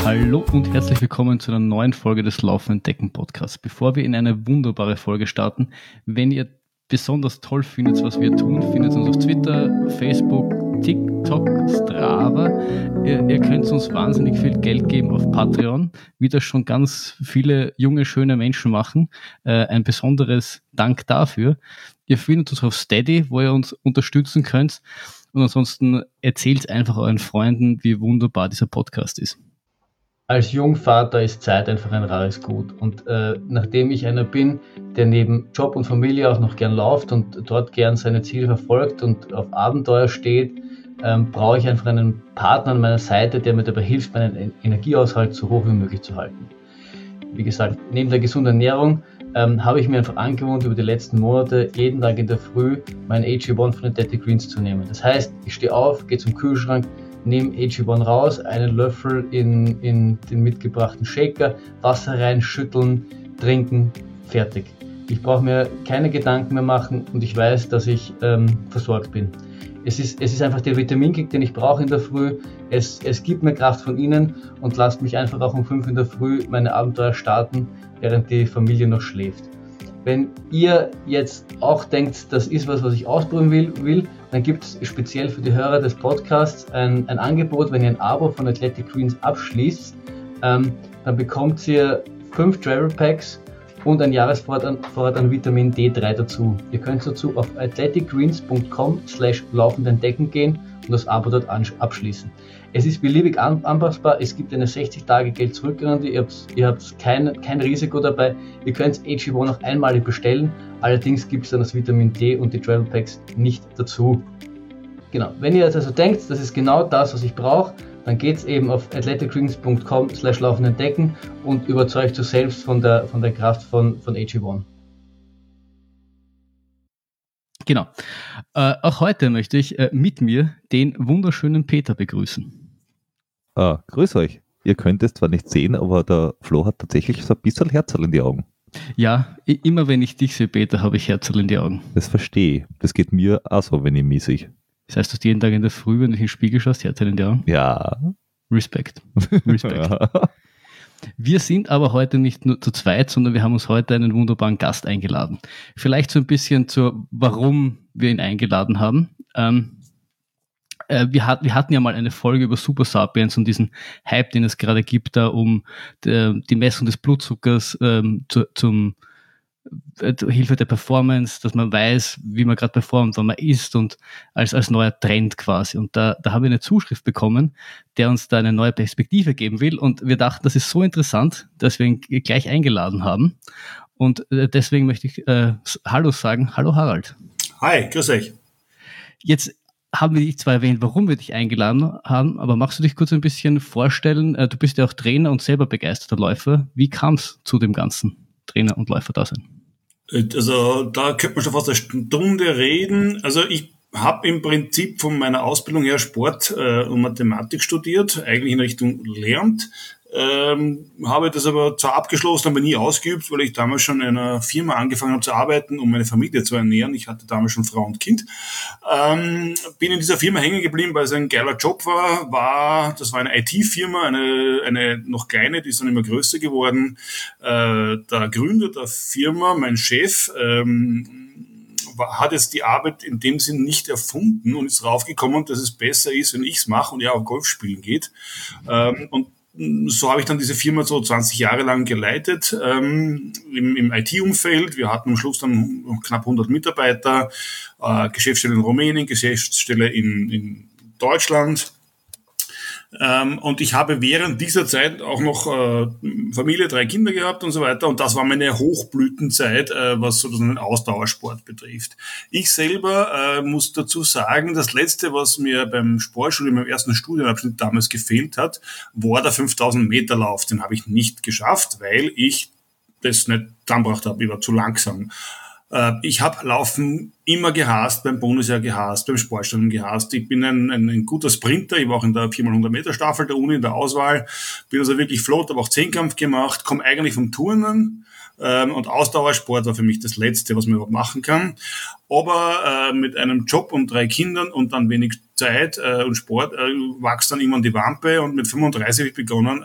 Hallo und herzlich willkommen zu einer neuen Folge des Laufen Entdecken Podcasts. Bevor wir in eine wunderbare Folge starten, wenn ihr besonders toll findet, was wir tun, findet uns auf Twitter, Facebook, TikTok, Strava. Ihr könnt uns wahnsinnig viel Geld geben auf Patreon, wie das schon ganz viele junge, schöne Menschen machen. Ein besonderes Dank dafür. Ihr findet uns auf Steady, wo ihr uns unterstützen könnt. Und ansonsten erzählt einfach euren Freunden, wie wunderbar dieser Podcast ist. Als Jungvater ist Zeit einfach ein rares Gut. Und nachdem ich einer bin, der neben Job und Familie auch noch gern läuft und dort gern seine Ziele verfolgt und auf Abenteuer steht, brauche ich einfach einen Partner an meiner Seite, der mir dabei hilft, meinen Energiehaushalt so hoch wie möglich zu halten. Wie gesagt, neben der gesunden Ernährung habe ich mir einfach angewohnt, über die letzten Monate jeden Tag in der Früh meinen AG1 von Athletic Greens zu nehmen. Das heißt, ich stehe auf, gehe zum Kühlschrank, nehme AG1 raus, einen Löffel in den mitgebrachten Shaker, Wasser rein, schütteln, trinken, fertig. Ich brauche mir keine Gedanken mehr machen und ich weiß, dass ich versorgt bin. Es ist einfach der Vitaminkick, den ich brauche in der Früh. Es gibt mir Kraft von innen und lasst mich einfach auch um 5 in der Früh meine Abenteuer starten, während die Familie noch schläft. Wenn ihr jetzt auch denkt, das ist was ich ausprobieren will, dann gibt es speziell für die Hörer des Podcasts ein Angebot. Wenn ihr ein Abo von Athletic Greens abschließt, dann bekommt ihr 5 Travel Packs und ein Jahresvorrat an Vitamin D3 dazu. Ihr könnt dazu auf athleticgreens.com/laufendentdecken gehen und das Abo dort abschließen. Es ist beliebig anpassbar, es gibt eine 60-Tage-Geld-Zurück-Garantie, ihr habt kein Risiko dabei, ihr könnt AG1 noch einmalig bestellen, allerdings gibt es dann das Vitamin D und die Travel Packs nicht dazu. Genau, wenn ihr jetzt also denkt, das ist genau das, was ich brauche, dann geht's eben auf athleticgreens.com/laufendentdecken und überzeugt euch selbst von der Kraft von AG1. Genau. Auch heute möchte ich mit mir den wunderschönen Peter begrüßen. Grüß euch. Ihr könnt es zwar nicht sehen, aber der Flo hat tatsächlich so ein bisschen Herzl in die Augen. Ja, immer wenn ich dich sehe, Peter, habe ich Herzl in die Augen. Das verstehe ich. Das geht mir auch so, wenn ich mich sehe. Das heißt, du hast jeden Tag in der Früh, wenn du in den Spiegel schaust, Herzl in die Augen? Ja. Respekt. Wir sind aber heute nicht nur zu zweit, sondern wir haben uns heute einen wunderbaren Gast eingeladen. Vielleicht so ein bisschen warum wir ihn eingeladen haben. Wir hatten ja mal eine Folge über Super Sapiens und diesen Hype, den es gerade gibt, da um die Messung des Blutzuckers zum Hilfe der Performance, dass man weiß, wie man gerade performt, wann man isst und als neuer Trend quasi. Und da haben wir eine Zuschrift bekommen, der uns da eine neue Perspektive geben will. Und wir dachten, das ist so interessant, dass wir ihn gleich eingeladen haben. Und deswegen möchte ich Hallo sagen. Hallo Harald. Hi, grüß euch. Jetzt haben wir dich zwar erwähnt, warum wir dich eingeladen haben, aber magst du dich kurz ein bisschen vorstellen? Du bist ja auch Trainer und selber begeisterter Läufer. Wie kam es zu dem ganzen Trainer- und Läufer-Dasein? Also da könnte man schon fast eine Stunde reden. Also ich habe im Prinzip von meiner Ausbildung her Sport und Mathematik studiert, eigentlich in Richtung Lehramt. Habe das aber zwar abgeschlossen, aber nie ausgeübt, weil ich damals schon in einer Firma angefangen habe zu arbeiten, um meine Familie zu ernähren. Ich hatte damals schon Frau und Kind. Bin in dieser Firma hängen geblieben, weil es ein geiler Job war. Das war eine IT-Firma, eine noch kleine, die ist dann immer größer geworden. Der Gründer der Firma, mein Chef, hat jetzt die Arbeit in dem Sinn nicht erfunden und ist draufgekommen, dass es besser ist, wenn ich es mache und er auch Golf spielen geht. Und so habe ich dann diese Firma so 20 Jahre lang geleitet, im IT-Umfeld. Wir hatten am Schluss dann knapp 100 Mitarbeiter, Geschäftsstelle in Rumänien, Geschäftsstelle in Deutschland. Und ich habe während dieser Zeit auch noch Familie, 3 Kinder gehabt und so weiter. Und das war meine Hochblütenzeit, was so den Ausdauersport betrifft. Ich selber muss dazu sagen, das Letzte, was mir beim Sportstudium, meinem ersten Studienabschnitt damals gefehlt hat, war der 5000 Meter Lauf. Den habe ich nicht geschafft, weil ich das nicht zusammengebracht habe. Ich war zu langsam. Ich habe Laufen immer gehasst, beim Bundesheer gehasst, beim Sportstudium gehasst. Ich bin ein guter Sprinter, ich war auch in der 4x100 Meter Staffel der Uni in der Auswahl, bin also wirklich flott, habe auch Zehnkampf gemacht, komme eigentlich vom Turnen und Ausdauersport war für mich das Letzte, was man überhaupt machen kann. Aber mit einem Job und 3 Kindern und dann wenig Zeit und Sport wächst dann irgendwann die Wampe, und mit 35 habe ich begonnen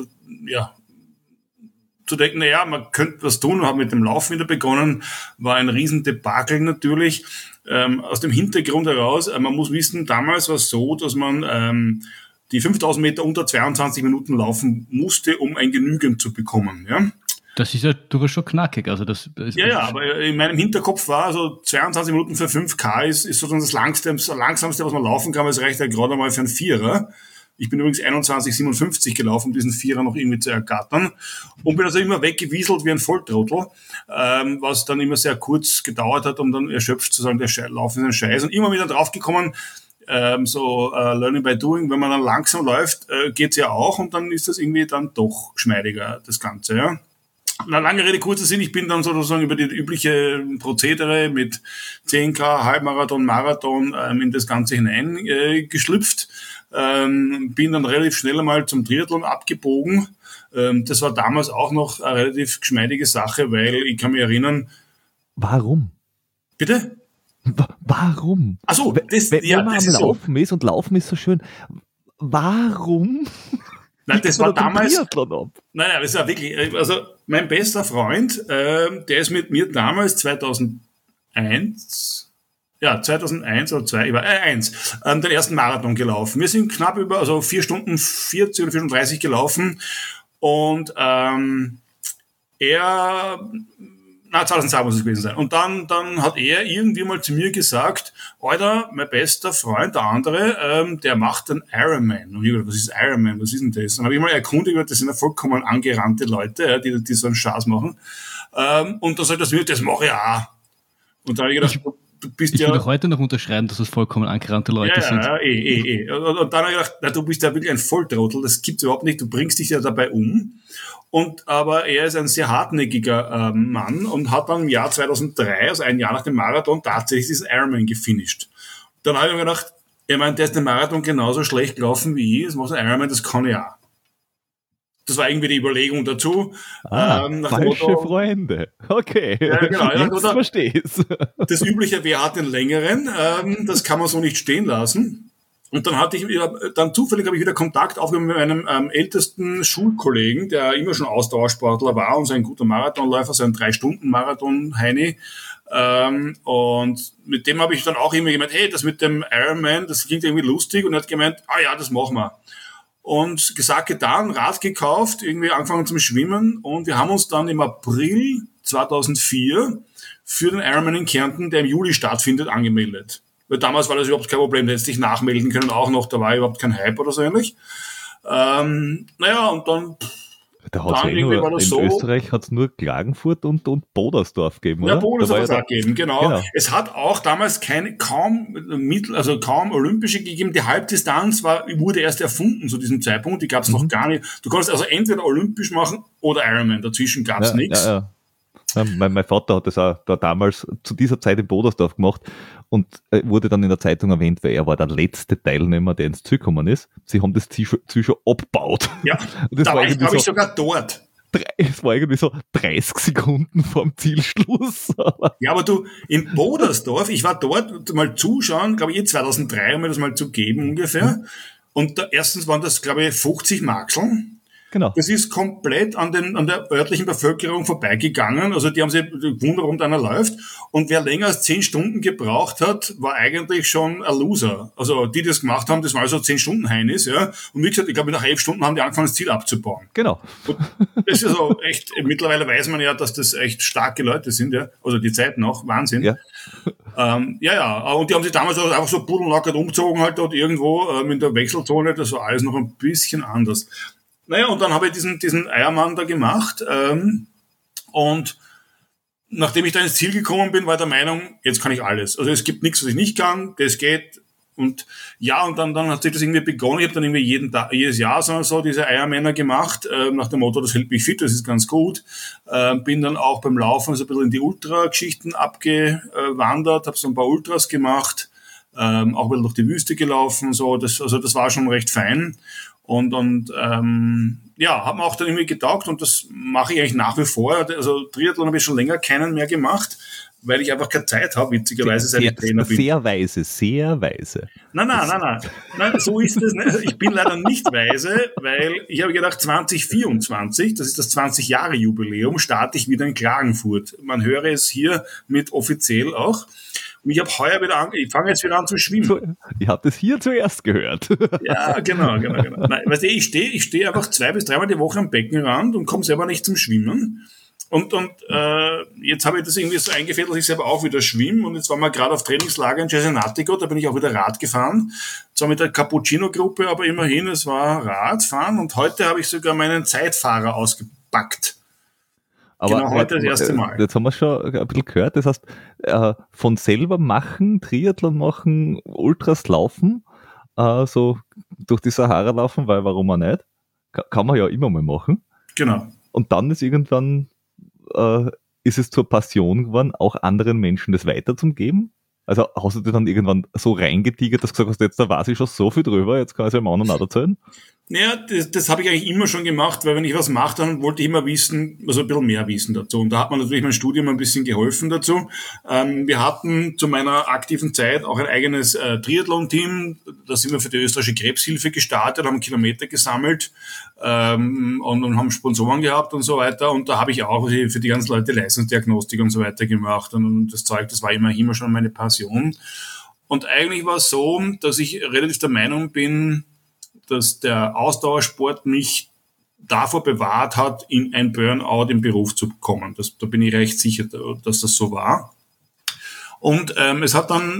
zu denken, naja, man könnte was tun, und habe mit dem Laufen wieder begonnen, war ein Riesendebakel natürlich. Aus dem Hintergrund heraus, man muss wissen, damals war es so, dass man die 5000 Meter unter 22 Minuten laufen musste, um ein Genügend zu bekommen. Ja? Das ist ja durchaus schon knackig. Also Ja, aber in meinem Hinterkopf war so 22 Minuten für 5K ist sozusagen das Langsamste, was man laufen kann, weil es reicht ja gerade mal für einen Vierer. Ich bin übrigens 21,57 gelaufen, um diesen Vierer noch irgendwie zu ergattern, und bin also immer weggewieselt wie ein Volltrottel, was dann immer sehr kurz gedauert hat, um dann erschöpft zu sagen, der Lauf ist ein Scheiß, und immer wieder draufgekommen, Learning by Doing, wenn man dann langsam läuft, geht's ja auch, und dann ist das irgendwie dann doch geschmeidiger, das Ganze, ja. Na, lange Rede, kurzer Sinn, ich bin dann sozusagen über die übliche Prozedere mit 10K, Halbmarathon, Marathon in das Ganze hineingeschlüpft. Bin dann relativ schnell einmal zum Triathlon abgebogen. Das war damals auch noch eine relativ geschmeidige Sache, weil ich kann mich erinnern. Warum? Bitte? Warum? Ach so, wenn man am Laufen ist und Laufen ist so schön, warum? Nein, das war damals. Nein, das war wirklich. Also mein bester Freund, der ist mit mir damals 2001 oder 2, ich war 1, den ersten Marathon gelaufen. Wir sind knapp 4 Stunden 40 oder 34 gelaufen, und 2002 muss es gewesen sein. Und dann hat er irgendwie mal zu mir gesagt, Alter, mein bester Freund, der andere, der macht einen Ironman. Und ich dachte, was ist Ironman? Was ist denn das? Dann habe ich mal erkundigt, das sind ja vollkommen angerannte Leute, die so einen Schatz machen. Und dann sagt er zu mir, das mache ich auch. Und dann habe ich gedacht, du bist ich würde heute noch unterschreiben, dass es vollkommen angerannte Leute sind. Ja. Und dann habe ich gedacht, na, du bist ja wirklich ein Volltrottel, das gibt's überhaupt nicht, du bringst dich ja dabei um. Aber er ist ein sehr hartnäckiger Mann und hat dann im Jahr 2003, also ein Jahr nach dem Marathon, tatsächlich diesen Ironman gefinisht. Dann habe ich mir gedacht, ich meine, der ist den Marathon genauso schlecht gelaufen wie ich, das macht ein Ironman, das kann ich auch. Das war irgendwie die Überlegung dazu. Falsche Freunde. Okay, ja, genau, jetzt verstehe ich's. Das Übliche, wer hat den längeren? Das kann man so nicht stehen lassen. Und dann zufällig habe ich wieder Kontakt aufgenommen mit meinem ältesten Schulkollegen, der immer schon Ausdauersportler war und so ein guter Marathonläufer, so ein 3-Stunden-Marathon, Heini. Und mit dem habe ich dann auch immer gemeint, hey, das mit dem Ironman, das klingt irgendwie lustig, und er hat gemeint, ja, das machen wir. Und gesagt, getan, Rad gekauft, irgendwie angefangen zum Schwimmen, und wir haben uns dann im April 2004 für den Ironman in Kärnten, der im Juli stattfindet, angemeldet. Weil damals war das überhaupt kein Problem, da hättest dich nachmelden können auch noch, da war überhaupt kein Hype oder so ähnlich. Und dann war das so. In Österreich hat es nur Klagenfurt und Bodersdorf gegeben, oder? Ja, Bodersdorf hat es auch gegeben, genau. Es hat auch damals kaum Olympische gegeben. Die Halbdistanz wurde erst erfunden zu diesem Zeitpunkt, die gab es noch gar nicht. Du konntest also entweder olympisch machen oder Ironman, dazwischen gab es nichts. Ja. Mein Vater hat das auch da damals zu dieser Zeit in Bodersdorf gemacht und wurde dann in der Zeitung erwähnt, weil er war der letzte Teilnehmer, der ins Ziel gekommen ist. Sie haben das Ziel schon abgebaut. Ja, da war ich, glaube ich, sogar dort. Es war irgendwie so 30 Sekunden vorm Zielschluss. Ja, aber du, in Bodersdorf, ich war dort mal zuschauen, glaube ich, 2003, um mir das mal zu geben ungefähr. Und erstens waren das, glaube ich, 50 Markseln. Genau. Das ist komplett an der örtlichen Bevölkerung vorbeigegangen. Also die haben sich gewundert, warum da einer läuft. Und wer länger als 10 Stunden gebraucht hat, war eigentlich schon ein Loser. Also die das gemacht haben, das war also 10 Stunden Heinis, ja. Und wie gesagt, ich glaube, nach 11 Stunden haben die angefangen, das Ziel abzubauen. Genau. Und das ist also echt, mittlerweile weiß man ja, dass das echt starke Leute sind, ja. Also die Zeit noch, Wahnsinn. Ja. Und die haben sich damals auch einfach so pudelnackert umgezogen halt dort irgendwo in der Wechselzone. Das war alles noch ein bisschen anders. Naja, und dann habe ich diesen Eiermann da gemacht, und nachdem ich da ins Ziel gekommen bin, war ich der Meinung, jetzt kann ich alles. Also es gibt nichts, was ich nicht kann, das geht. Und ja, und dann hat sich das irgendwie begonnen. Ich habe dann irgendwie jedes Jahr so diese Eiermänner gemacht, nach dem Motto, das hält mich fit, das ist ganz gut. Bin dann auch beim Laufen so ein bisschen in die Ultra-Geschichten abgewandert, habe so ein paar Ultras gemacht, auch ein bisschen durch die Wüste gelaufen, so. Das war schon recht fein. Und hat mir auch dann irgendwie getaugt, und das mache ich eigentlich nach wie vor. Also Triathlon habe ich schon länger keinen mehr gemacht. weil ich einfach keine Zeit habe, witzigerweise, seit ich Trainer bin. Sehr weise. Nein, so ist es nicht. Ich bin leider nicht weise, weil ich habe gedacht, 2024, das ist das 20-Jahre-Jubiläum, starte ich wieder in Klagenfurt. Man höre es hier mit offiziell auch. Und ich habe heuer ich fange jetzt wieder an zu schwimmen. Ich habe das hier zuerst gehört. Ja, genau. Nein, weißt du, ich stehe einfach 2 bis 3 Mal die Woche am Beckenrand und komme selber nicht zum Schwimmen. Und jetzt habe ich das irgendwie so eingefädelt, dass ich selber auch wieder schwimme. Und jetzt waren wir gerade auf Trainingslager in Cesenatico, da bin ich auch wieder Rad gefahren. Zwar mit der Cappuccino-Gruppe, aber immerhin, es war Radfahren. Und heute habe ich sogar meinen Zeitfahrer ausgepackt. Aber genau, heute das erste Mal. Jetzt haben wir schon ein bisschen gehört, das heißt, von selber machen, Triathlon machen, Ultras laufen, so durch die Sahara laufen, weil warum auch nicht? Kann man ja immer mal machen. Genau. Und dann ist irgendwann, ist es zur Passion geworden, auch anderen Menschen das weiterzugeben? Also hast du dir dann irgendwann so reingetigert, dass du gesagt hast, jetzt da weiß ich schon so viel drüber, jetzt kann ich es ja dem anderen auch erzählen? Naja, das habe ich eigentlich immer schon gemacht, weil wenn ich was mache, dann wollte ich immer wissen, also ein bisschen mehr wissen dazu. Und da hat mir natürlich mein Studium ein bisschen geholfen dazu. Wir hatten zu meiner aktiven Zeit auch ein eigenes Triathlon-Team. Da sind wir für die österreichische Krebshilfe gestartet, haben Kilometer gesammelt und haben Sponsoren gehabt und so weiter. Und da habe ich auch für die ganzen Leute Leistungsdiagnostik und so weiter gemacht. Und das Zeug, das war immer schon meine Passion. Und eigentlich war es so, dass ich relativ der Meinung bin, dass der Ausdauersport mich davor bewahrt hat, in ein Burnout im Beruf zu kommen. Da bin ich recht sicher, dass das so war. Und es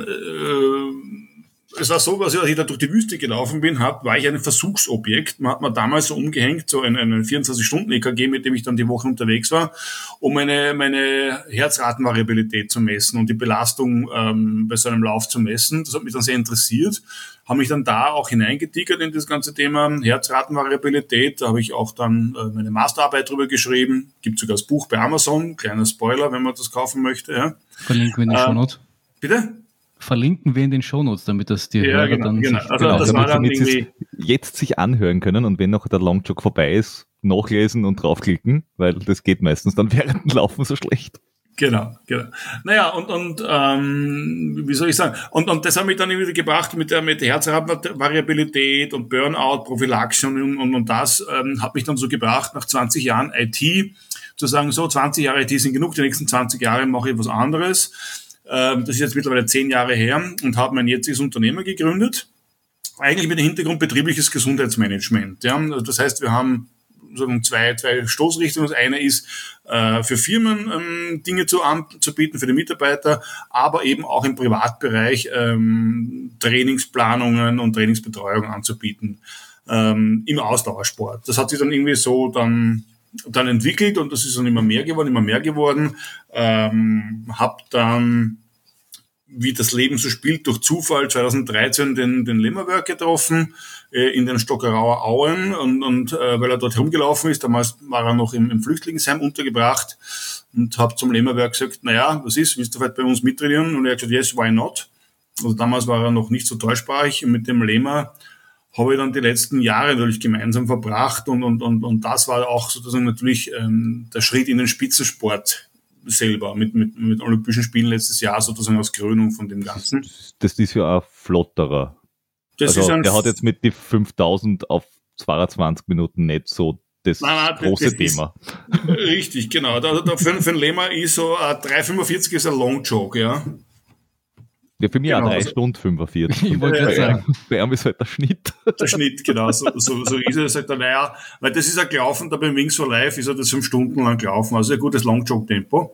war so, als ich da durch die Wüste gelaufen bin, war ich ein Versuchsobjekt. Man hat mir damals so umgehängt, so einen 24-Stunden-EKG, mit dem ich dann die Woche unterwegs war, um meine Herzratenvariabilität zu messen und die Belastung bei so einem Lauf zu messen. Das hat mich dann sehr interessiert. Habe mich dann da auch hineingetickert in das ganze Thema Herzratenvariabilität. Da habe ich auch dann meine Masterarbeit drüber geschrieben. Gibt sogar das Buch bei Amazon. Kleiner Spoiler, wenn man das kaufen möchte. Ja. Verlinken wir in den Shownotes. Bitte? Verlinken wir in den Shownotes, damit das die Hörer dann genau. sich... Also das war dann damit irgendwie... jetzt sich anhören können und wenn noch der Longjog vorbei ist, nachlesen und draufklicken, weil das geht meistens dann während dem Laufen so schlecht. Genau. Naja, und wie soll ich sagen? Und das hat mich dann irgendwie gebracht mit der Herzratenvariabilität und Burnout, Prophylaxe und das hat mich dann so gebracht, nach 20 Jahren IT zu sagen, so 20 Jahre IT sind genug, die nächsten 20 Jahre mache ich was anderes. Das ist jetzt mittlerweile 10 Jahre her und habe mein jetziges Unternehmen gegründet. Eigentlich mit dem Hintergrund betriebliches Gesundheitsmanagement. Ja. Das heißt, wir haben zwei Stoßrichtungen. Das eine ist, für Firmen Dinge zu bieten, für die Mitarbeiter, aber eben auch im Privatbereich Trainingsplanungen und Trainingsbetreuung anzubieten im Ausdauersport. Das hat sich dann irgendwie so dann entwickelt und das ist dann immer mehr geworden. Hab dann, wie das Leben so spielt, durch Zufall 2013 den Lemmerwerk getroffen in den Stockerauer Auen und weil er dort herumgelaufen ist, damals war er noch im Flüchtlingsheim untergebracht und habe zum Lemmerwerk gesagt, naja, willst du vielleicht bei uns mittrainieren? Und er hat gesagt, yes, why not? Also damals war er noch nicht so deutschsprachig und mit dem Lemmer habe ich dann die letzten Jahre natürlich gemeinsam verbracht und das war auch sozusagen natürlich der Schritt in den Spitzensport selber mit Olympischen Spielen letztes Jahr sozusagen als Krönung von dem Ganzen. Das ist ja ein Flotterer. Der hat jetzt mit die 5000 auf 22 Minuten nicht so das große Thema. Richtig, genau. Für einen Lemmer ist so 3,45 ist ein Long Jog, ja. Ja, für mich auch 3 Stunden 45. Ich wollte gerade sagen. Bei ihm ist halt der Schnitt. Der Schnitt, genau. So ist es halt. Naja, weil das ist ja gelaufen, da beim Wings for Life ist er das 5 Stunden lang gelaufen. Also ein gutes Long-Jog-Tempo.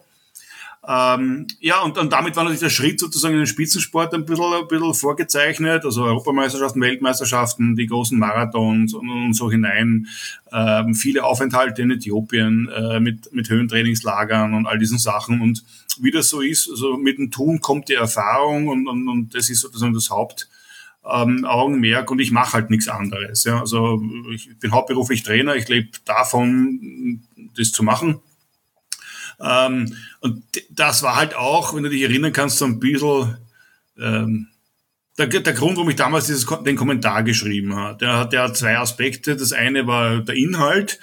Ja, und damit war natürlich der Schritt sozusagen in den Spitzensport ein bisschen vorgezeichnet. Also Europameisterschaften, Weltmeisterschaften, die großen Marathons und so hinein. Viele Aufenthalte in Äthiopien mit Höhentrainingslagern und all diesen Sachen. Und wie das so ist, also mit dem Tun kommt die Erfahrung und das ist sozusagen das Hauptaugenmerk und ich mache halt nichts anderes. Ja. Also ich bin hauptberuflich Trainer, ich lebe davon, das zu machen. Und das war halt auch, wenn du dich erinnern kannst, so ein bisschen der Grund, warum ich damals den Kommentar geschrieben habe. Der hat 2 Aspekte. Das eine war der Inhalt.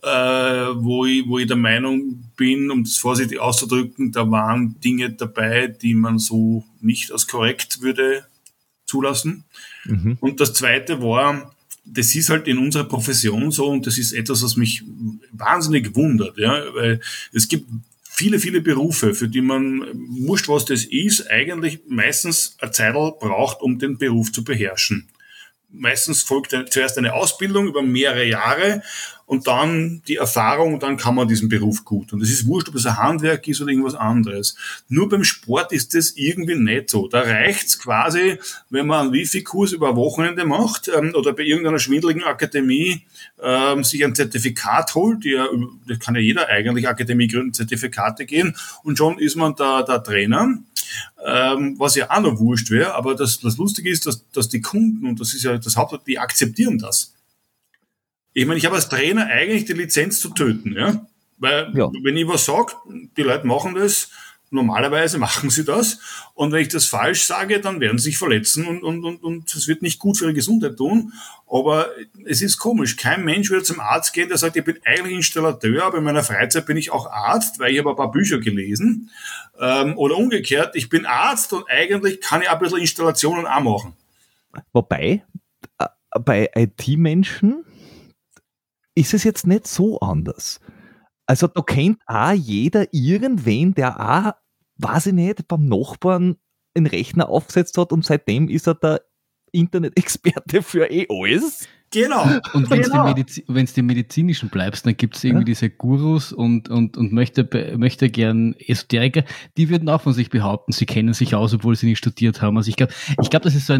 wo ich der Meinung bin, um das vorsichtig auszudrücken, da waren Dinge dabei, die man so nicht als korrekt würde zulassen. Mhm. Und das Zweite war, das ist halt in unserer Profession so, und das ist etwas, was mich wahnsinnig wundert, ja, weil es gibt viele, viele Berufe, für die man, wurscht was das ist, eigentlich meistens eine Zeit braucht, um den Beruf zu beherrschen. Meistens folgt zuerst eine Ausbildung über mehrere Jahre und dann die Erfahrung, und dann kann man diesen Beruf gut. Und es ist wurscht, ob es ein Handwerk ist oder irgendwas anderes. Nur beim Sport ist das irgendwie nicht so. Da reicht's quasi, wenn man einen Wifi-Kurs über ein Wochenende macht oder bei irgendeiner schwindeligen Akademie sich ein Zertifikat holt. Das kann ja jeder eigentlich Akademie gründen, Zertifikate gehen, und schon ist man der Trainer. Was ja auch noch wurscht wäre, aber das Lustige ist, dass die Kunden, und das ist ja das Hauptwort, die akzeptieren das. Ich meine, ich habe als Trainer eigentlich die Lizenz zu töten, ja, weil wenn ich was sage, die Leute machen das, normalerweise machen sie das, und wenn ich das falsch sage, dann werden sie sich verletzen und es wird nicht gut für ihre Gesundheit tun, aber es ist komisch, kein Mensch würde zum Arzt gehen, der sagt, ich bin eigentlich Installateur, aber in meiner Freizeit bin ich auch Arzt, weil ich habe ein paar Bücher gelesen, oder umgekehrt, ich bin Arzt und eigentlich kann ich ein bisschen Installationen auch machen. Wobei, bei IT-Menschen ist es jetzt nicht so anders. Also da kennt auch jeder irgendwen, der auch, weiß ich nicht, beim Nachbarn einen Rechner aufgesetzt hat, und seitdem ist er der Internet-Experte für alles. Genau. Und wenn es die medizinischen bleibst, dann gibt es irgendwie diese Gurus und möchte gern Esoteriker, die würden auch von sich behaupten, sie kennen sich aus, obwohl sie nicht studiert haben. Also ich glaube, das ist so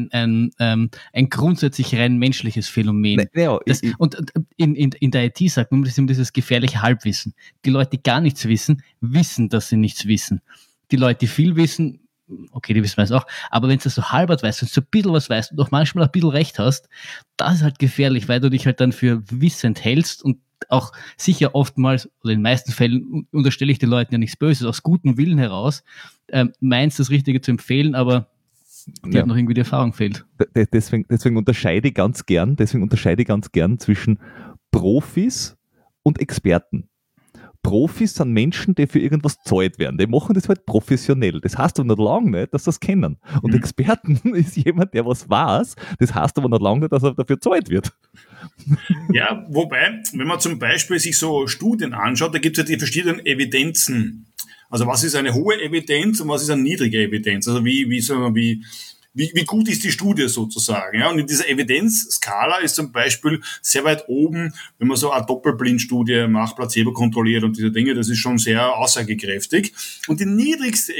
ein grundsätzlich rein menschliches Phänomen. In der IT sagt man, das ist immer dieses gefährliche Halbwissen. Die Leute, die gar nichts wissen, dass sie nichts wissen. Die Leute, die viel wissen, okay, die wissen es auch, aber wenn du das so halbert weißt, wenn du so ein bisschen was weißt und auch manchmal ein bisschen recht hast, das ist halt gefährlich, weil du dich halt dann für wissend hältst und auch sicher oftmals, oder in den meisten Fällen unterstelle ich den Leuten ja nichts Böses, aus gutem Willen heraus, meinst das Richtige zu empfehlen, aber dir hat noch irgendwie die Erfahrung fehlt. Deswegen unterscheide ich ganz gern zwischen Profis und Experten. Profis sind Menschen, die für irgendwas gezahlt werden. Die machen das halt professionell. Das heißt aber noch lange nicht, dass sie das kennen. Und Experten ist jemand, der was weiß. Das heißt aber noch lange nicht, dass er dafür gezahlt wird. Ja, wobei, wenn man zum Beispiel sich so Studien anschaut, da gibt es ja die verschiedenen Evidenzen. Also was ist eine hohe Evidenz und was ist eine niedrige Evidenz? Also wie gut ist die Studie sozusagen? Ja? Und in dieser Evidenzskala ist zum Beispiel sehr weit oben, wenn man so eine Doppelblindstudie macht, Placebo kontrolliert und diese Dinge, das ist schon sehr aussagekräftig. Und die niedrigste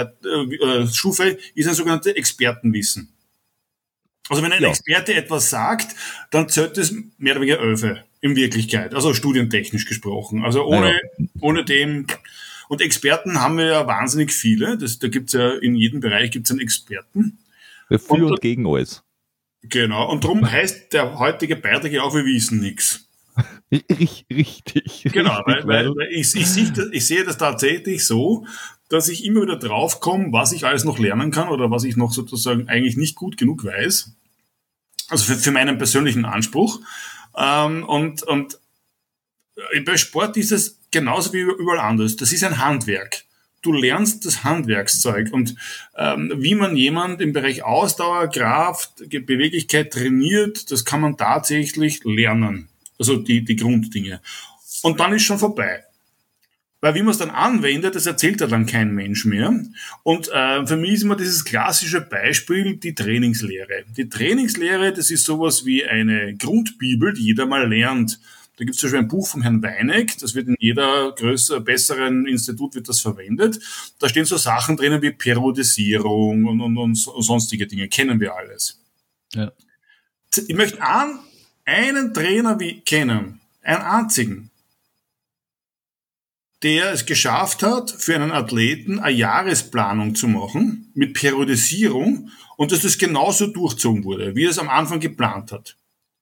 Stufe ist ein sogenanntes Expertenwissen. Also wenn ein Experte etwas sagt, dann zählt es mehr oder weniger Öfe in Wirklichkeit, also studientechnisch gesprochen. Also ohne dem. Und Experten haben wir ja wahnsinnig viele. Da gibt's ja in jedem Bereich gibt's einen Experten. Für und gegen alles. Genau, und darum heißt der heutige Beitrag ja auch, wir wissen nichts. Richtig. Genau, weil ich sehe das tatsächlich so, dass ich immer wieder draufkomme, was ich alles noch lernen kann oder was ich noch sozusagen eigentlich nicht gut genug weiß. Also für meinen persönlichen Anspruch. Und bei Sport ist es genauso wie überall anders. Das ist ein Handwerk. Du lernst das Handwerkszeug und wie man jemand im Bereich Ausdauer, Kraft, Beweglichkeit trainiert, das kann man tatsächlich lernen. Also die Grunddinge. Und dann ist schon vorbei. Weil wie man es dann anwendet, das erzählt ja dann kein Mensch mehr. Und für mich ist immer dieses klassische Beispiel die Trainingslehre. Die Trainingslehre, das ist sowas wie eine Grundbibel, die jeder mal lernt. Da gibt es zum Beispiel ein Buch von Herrn Weineck, das wird in jeder besseren Institut wird das verwendet. Da stehen so Sachen drinnen wie Periodisierung und sonstige Dinge, kennen wir alles. Ja. Ich möchte einen Trainer kennen, einen einzigen, der es geschafft hat, für einen Athleten eine Jahresplanung zu machen, mit Periodisierung, und dass das genauso durchzogen wurde, wie er es am Anfang geplant hat.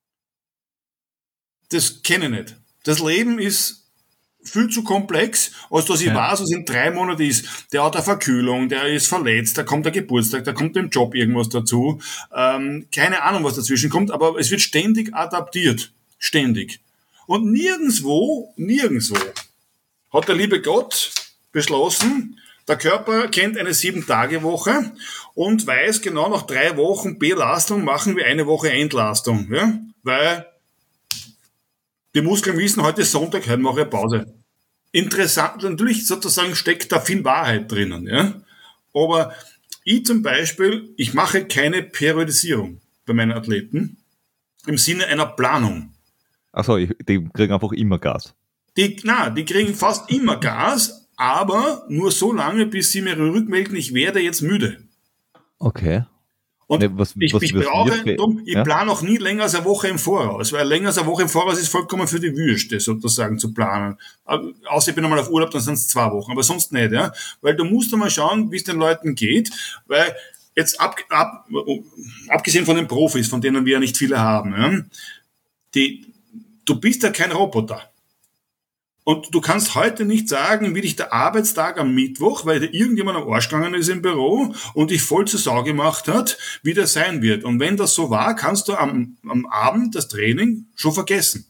Das kenne ich nicht. Das Leben ist viel zu komplex, als dass ich weiß, was in 3 Monaten ist. Der hat eine Verkühlung, der ist verletzt, da kommt der Geburtstag, da kommt im Job irgendwas dazu. Keine Ahnung, was dazwischen kommt, aber es wird ständig adaptiert. Ständig. Und nirgendwo hat der liebe Gott beschlossen, der Körper kennt eine 7-Tage-Woche und weiß genau, nach 3 Wochen Belastung machen wir eine Woche Entlastung. Ja? Weil die Muskeln wissen, heute ist Sonntag, heute mache ich Pause. Interessant, natürlich sozusagen steckt da viel Wahrheit drinnen. Ja? Aber ich zum Beispiel, ich mache keine Periodisierung bei meinen Athleten im Sinne einer Planung. Achso, die kriegen einfach immer Gas. Die kriegen fast immer Gas, aber nur so lange, bis sie mir rückmelden, ich werde jetzt müde. Okay. Und ich plane auch nie länger als eine Woche im Voraus, weil länger als eine Woche im Voraus ist vollkommen für die Wüste, sozusagen, zu planen. Außer ich bin einmal auf Urlaub, dann sind es 2 Wochen, aber sonst nicht, ja. Weil du musst einmal schauen, wie es den Leuten geht, weil jetzt abgesehen von den Profis, von denen wir ja nicht viele haben, ja, du bist ja kein Roboter. Und du kannst heute nicht sagen, wie dich der Arbeitstag am Mittwoch, weil dir irgendjemand am Arsch gegangen ist im Büro und dich voll zur Sau gemacht hat, wie der sein wird. Und wenn das so war, kannst du am Abend das Training schon vergessen.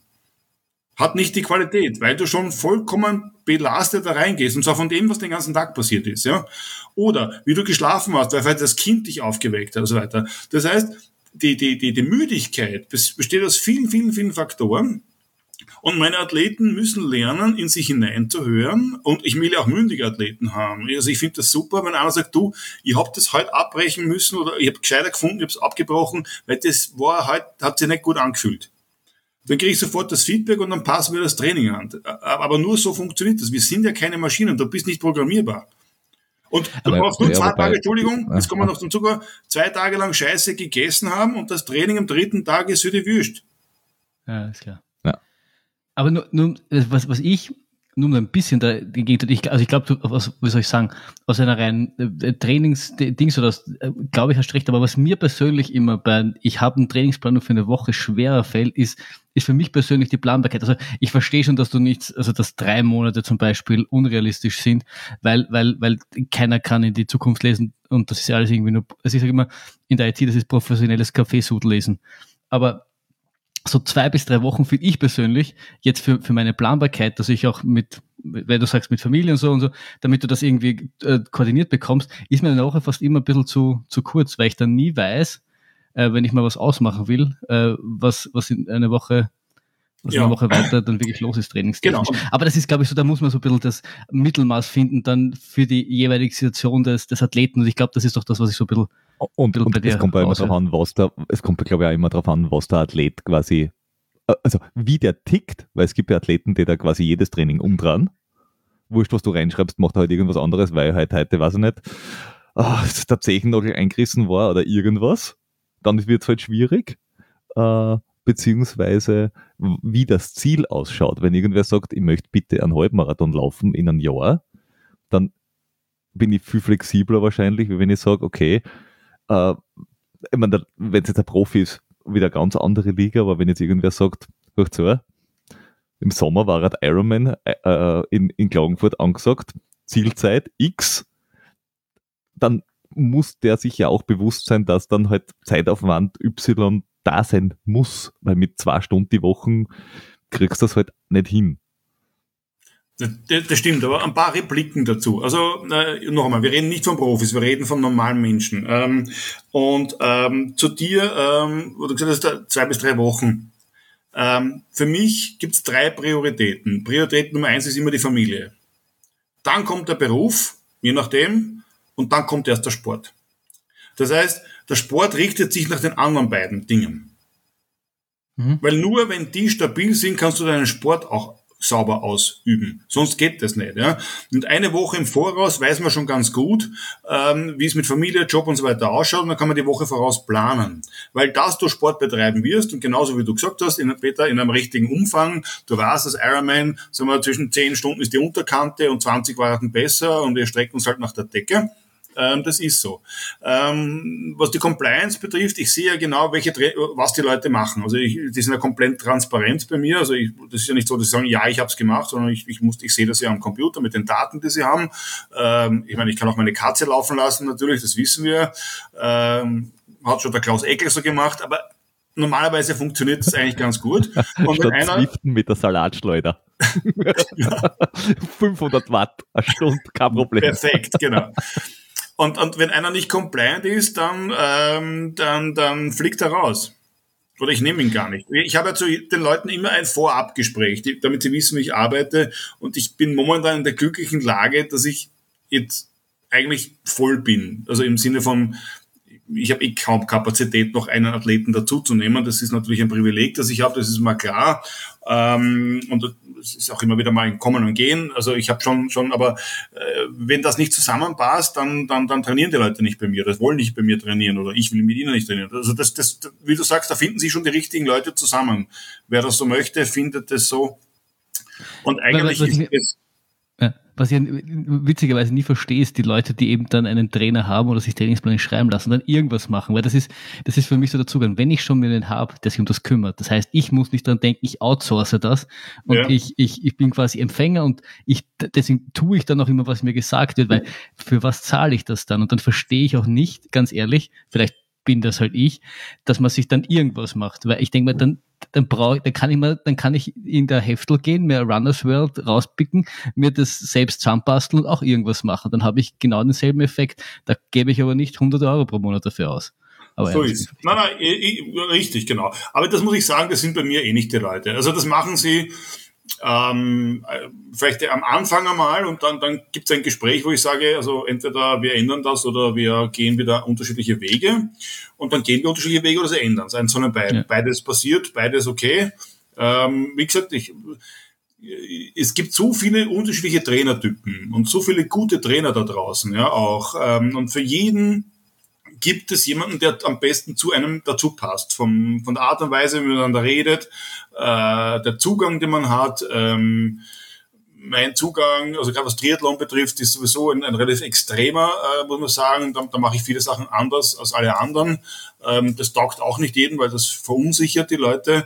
Hat nicht die Qualität, weil du schon vollkommen belastet da reingehst. Und zwar von dem, was den ganzen Tag passiert ist. Ja? Oder wie du geschlafen hast, weil vielleicht das Kind dich aufgeweckt hat und so weiter. Das heißt, die Müdigkeit besteht aus vielen, vielen, vielen Faktoren. Und meine Athleten müssen lernen, in sich hineinzuhören. Und ich will ja auch mündige Athleten haben. Also ich finde das super, wenn einer sagt, du, ich habe das heute abbrechen müssen oder ich habe gescheiter gefunden, ich habe es abgebrochen, weil das war halt, hat sich nicht gut angefühlt. Dann kriege ich sofort das Feedback und dann passen wir das Training an. Aber nur so funktioniert das. Wir sind ja keine Maschinen, du bist nicht programmierbar. Und du brauchst nur 2 Tage, Entschuldigung, jetzt kommen wir noch zum Zucker, 2 Tage lang Scheiße gegessen haben und das Training am 3. Tag ist für die Wüst. Ja, ist klar. Aber nur was ich nur ein bisschen dagegen tut, ich glaube, wie soll ich sagen, aus einer reinen Trainings-Dings oder glaube ich, hast recht, aber was mir persönlich immer ich habe einen Trainingsplan für eine Woche schwerer fällt, ist für mich persönlich die Planbarkeit. Also ich verstehe schon, dass dass 3 Monate zum Beispiel unrealistisch sind, weil keiner kann in die Zukunft lesen und das ist ja alles irgendwie nur, also ich sage immer, in der IT, das ist professionelles Kaffeesud lesen. Aber so 2 bis 3 Wochen finde ich persönlich jetzt für meine Planbarkeit, dass ich auch weil du sagst mit Familie und so, damit du das irgendwie koordiniert bekommst, ist mir eine Woche fast immer ein bisschen zu kurz, weil ich dann nie weiß, wenn ich mal was ausmachen will, was in einer Woche eine Woche weiter dann wirklich los ist, trainingstechnisch. Genau. Aber das ist, glaube ich, so, da muss man so ein bisschen das Mittelmaß finden dann für die jeweilige Situation des Athleten und ich glaube, das ist doch das, was ich so ein bisschen und es kommt ja immer darauf an, glaube ich, auch immer darauf an, was der Athlet quasi, also wie der tickt, weil es gibt ja Athleten, die da quasi jedes Training umdrehen. Wurscht, was du reinschreibst, macht er halt irgendwas anderes, weil halt heute, weiß ich nicht, der Zehennagel eingerissen war oder irgendwas. Dann wird es halt schwierig. Beziehungsweise wie das Ziel ausschaut. Wenn irgendwer sagt, ich möchte bitte einen Halbmarathon laufen in einem Jahr, dann bin ich viel flexibler wahrscheinlich, wie wenn ich sage, okay, ich meine, wenn es jetzt ein Profi ist, wieder eine ganz andere Liga, aber wenn jetzt irgendwer sagt, hört zu, im Sommer war ein Ironman in Klagenfurt angesagt, Zielzeit X, dann muss der sich ja auch bewusst sein, dass dann halt Zeitaufwand Y da sein muss, weil mit 2 Stunden die Woche kriegst du das halt nicht hin. Das stimmt, aber ein paar Repliken dazu. Also noch einmal, wir reden nicht von Profis, wir reden von normalen Menschen. Zu dir, wo du gesagt hast, 2 bis 3 Wochen. Für mich gibt es 3 Prioritäten. Priorität Nummer 1 ist immer die Familie. Dann kommt der Beruf, je nachdem, und dann kommt erst der Sport. Das heißt, der Sport richtet sich nach den anderen beiden Dingen. Mhm. Weil nur wenn die stabil sind, kannst du deinen Sport auch sauber ausüben. Sonst geht das nicht. Ja? Und eine Woche im Voraus weiß man schon ganz gut, wie es mit Familie, Job und so weiter ausschaut, und dann kann man die Woche voraus planen. Weil dass du Sport betreiben wirst, und genauso wie du gesagt hast, in einem richtigen Umfang, du weißt, dass Ironman, sagen wir, zwischen 10 Stunden ist die Unterkante und 20 Varianten besser und wir strecken uns halt nach der Decke. Das ist so. Was die Compliance betrifft, ich sehe ja genau, was die Leute machen. Also die sind ja komplett transparent bei mir. Also das ist ja nicht so, dass sie sagen, ja, ich habe es gemacht, sondern ich sehe das ja am Computer mit den Daten, die sie haben. Ich meine, ich kann auch meine Katze laufen lassen, natürlich, das wissen wir. Hat schon der Klaus Eckel so gemacht, aber normalerweise funktioniert das eigentlich ganz gut. Und wenn Statt einer, Zwiften mit der Salatschleuder. 500 Watt eine Stunde, kein Problem. perfekt, genau. Und wenn einer nicht compliant ist, dann fliegt er raus. Oder ich nehme ihn gar nicht. Ich habe ja zu den Leuten immer ein Vorabgespräch, damit sie wissen, wie ich arbeite. Und ich bin momentan in der glücklichen Lage, dass ich jetzt eigentlich voll bin. Also im Sinne von, ich habe kaum Kapazität, noch einen Athleten dazuzunehmen. Das ist natürlich ein Privileg, das ich habe, das ist mal klar. Und es ist auch immer wieder mal ein Kommen und Gehen. Also ich habe schon, aber wenn das nicht zusammenpasst, dann trainieren die Leute nicht bei mir. Das wollen nicht bei mir trainieren oder ich will mit ihnen nicht trainieren. Also das, wie du sagst, da finden sich schon die richtigen Leute zusammen. Wer das so möchte, findet es so. Und eigentlich ist es... Ja, was ich witzigerweise nie verstehe, ist die Leute, die eben dann einen Trainer haben oder sich Trainingspläne schreiben lassen, dann irgendwas machen, weil das ist für mich so der Zugang. Wenn ich schon mir einen habe, der sich um das kümmert, das heißt, ich muss nicht dran denken, ich outsource das und Ja. ich bin quasi Empfänger und deswegen tue ich dann auch immer, was mir gesagt wird, weil für was zahle ich das dann? Und dann verstehe ich auch nicht, ganz ehrlich, vielleicht bin das halt ich, dass man sich dann irgendwas macht, weil ich denke mir, dann kann ich in der Heftel gehen, mir Runners World rauspicken, mir das selbst zusammenbasteln und auch irgendwas machen. Dann habe ich genau denselben Effekt. Da gebe ich aber nicht 100 Euro pro Monat dafür aus. Aber So ja, ist. Nein, richtig, genau. Aber das muss ich sagen, das sind bei mir eh nicht die Leute. Also das machen sie vielleicht am Anfang einmal und dann gibt es ein Gespräch, wo ich sage, also entweder wir ändern das oder wir gehen wieder unterschiedliche Wege und dann gehen wir unterschiedliche Wege oder sie ändern es. Eins von den beiden. Ja. Beides passiert, beides okay. Wie gesagt, es gibt so viele unterschiedliche Trainertypen und so viele gute Trainer da draußen, ja auch. Und für jeden gibt es jemanden, der am besten zu einem dazu passt. Von der Art und Weise, wie man miteinander redet, der Zugang, den man hat. Mein Zugang, also gerade was Triathlon betrifft, ist sowieso ein relativ extremer, muss man sagen. Da mache ich viele Sachen anders als alle anderen. Das taugt auch nicht jedem, weil das verunsichert die Leute.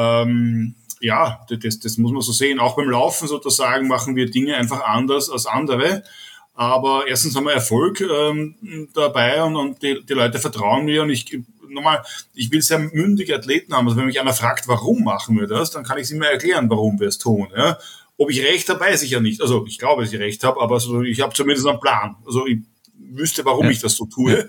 Ja, das muss man so sehen. Auch beim Laufen sozusagen machen wir Dinge einfach anders als andere. Aber erstens haben wir Erfolg dabei und die Leute vertrauen mir und ich will sehr mündige Athleten haben. Also wenn mich einer fragt, warum machen wir das, dann kann ich es immer erklären, warum wir es tun. Ja? Ob ich recht habe, weiß ich ja nicht. Also ich glaube, dass ich recht habe, aber ich habe zumindest einen Plan. Also ich wüsste, warum ich das so tue.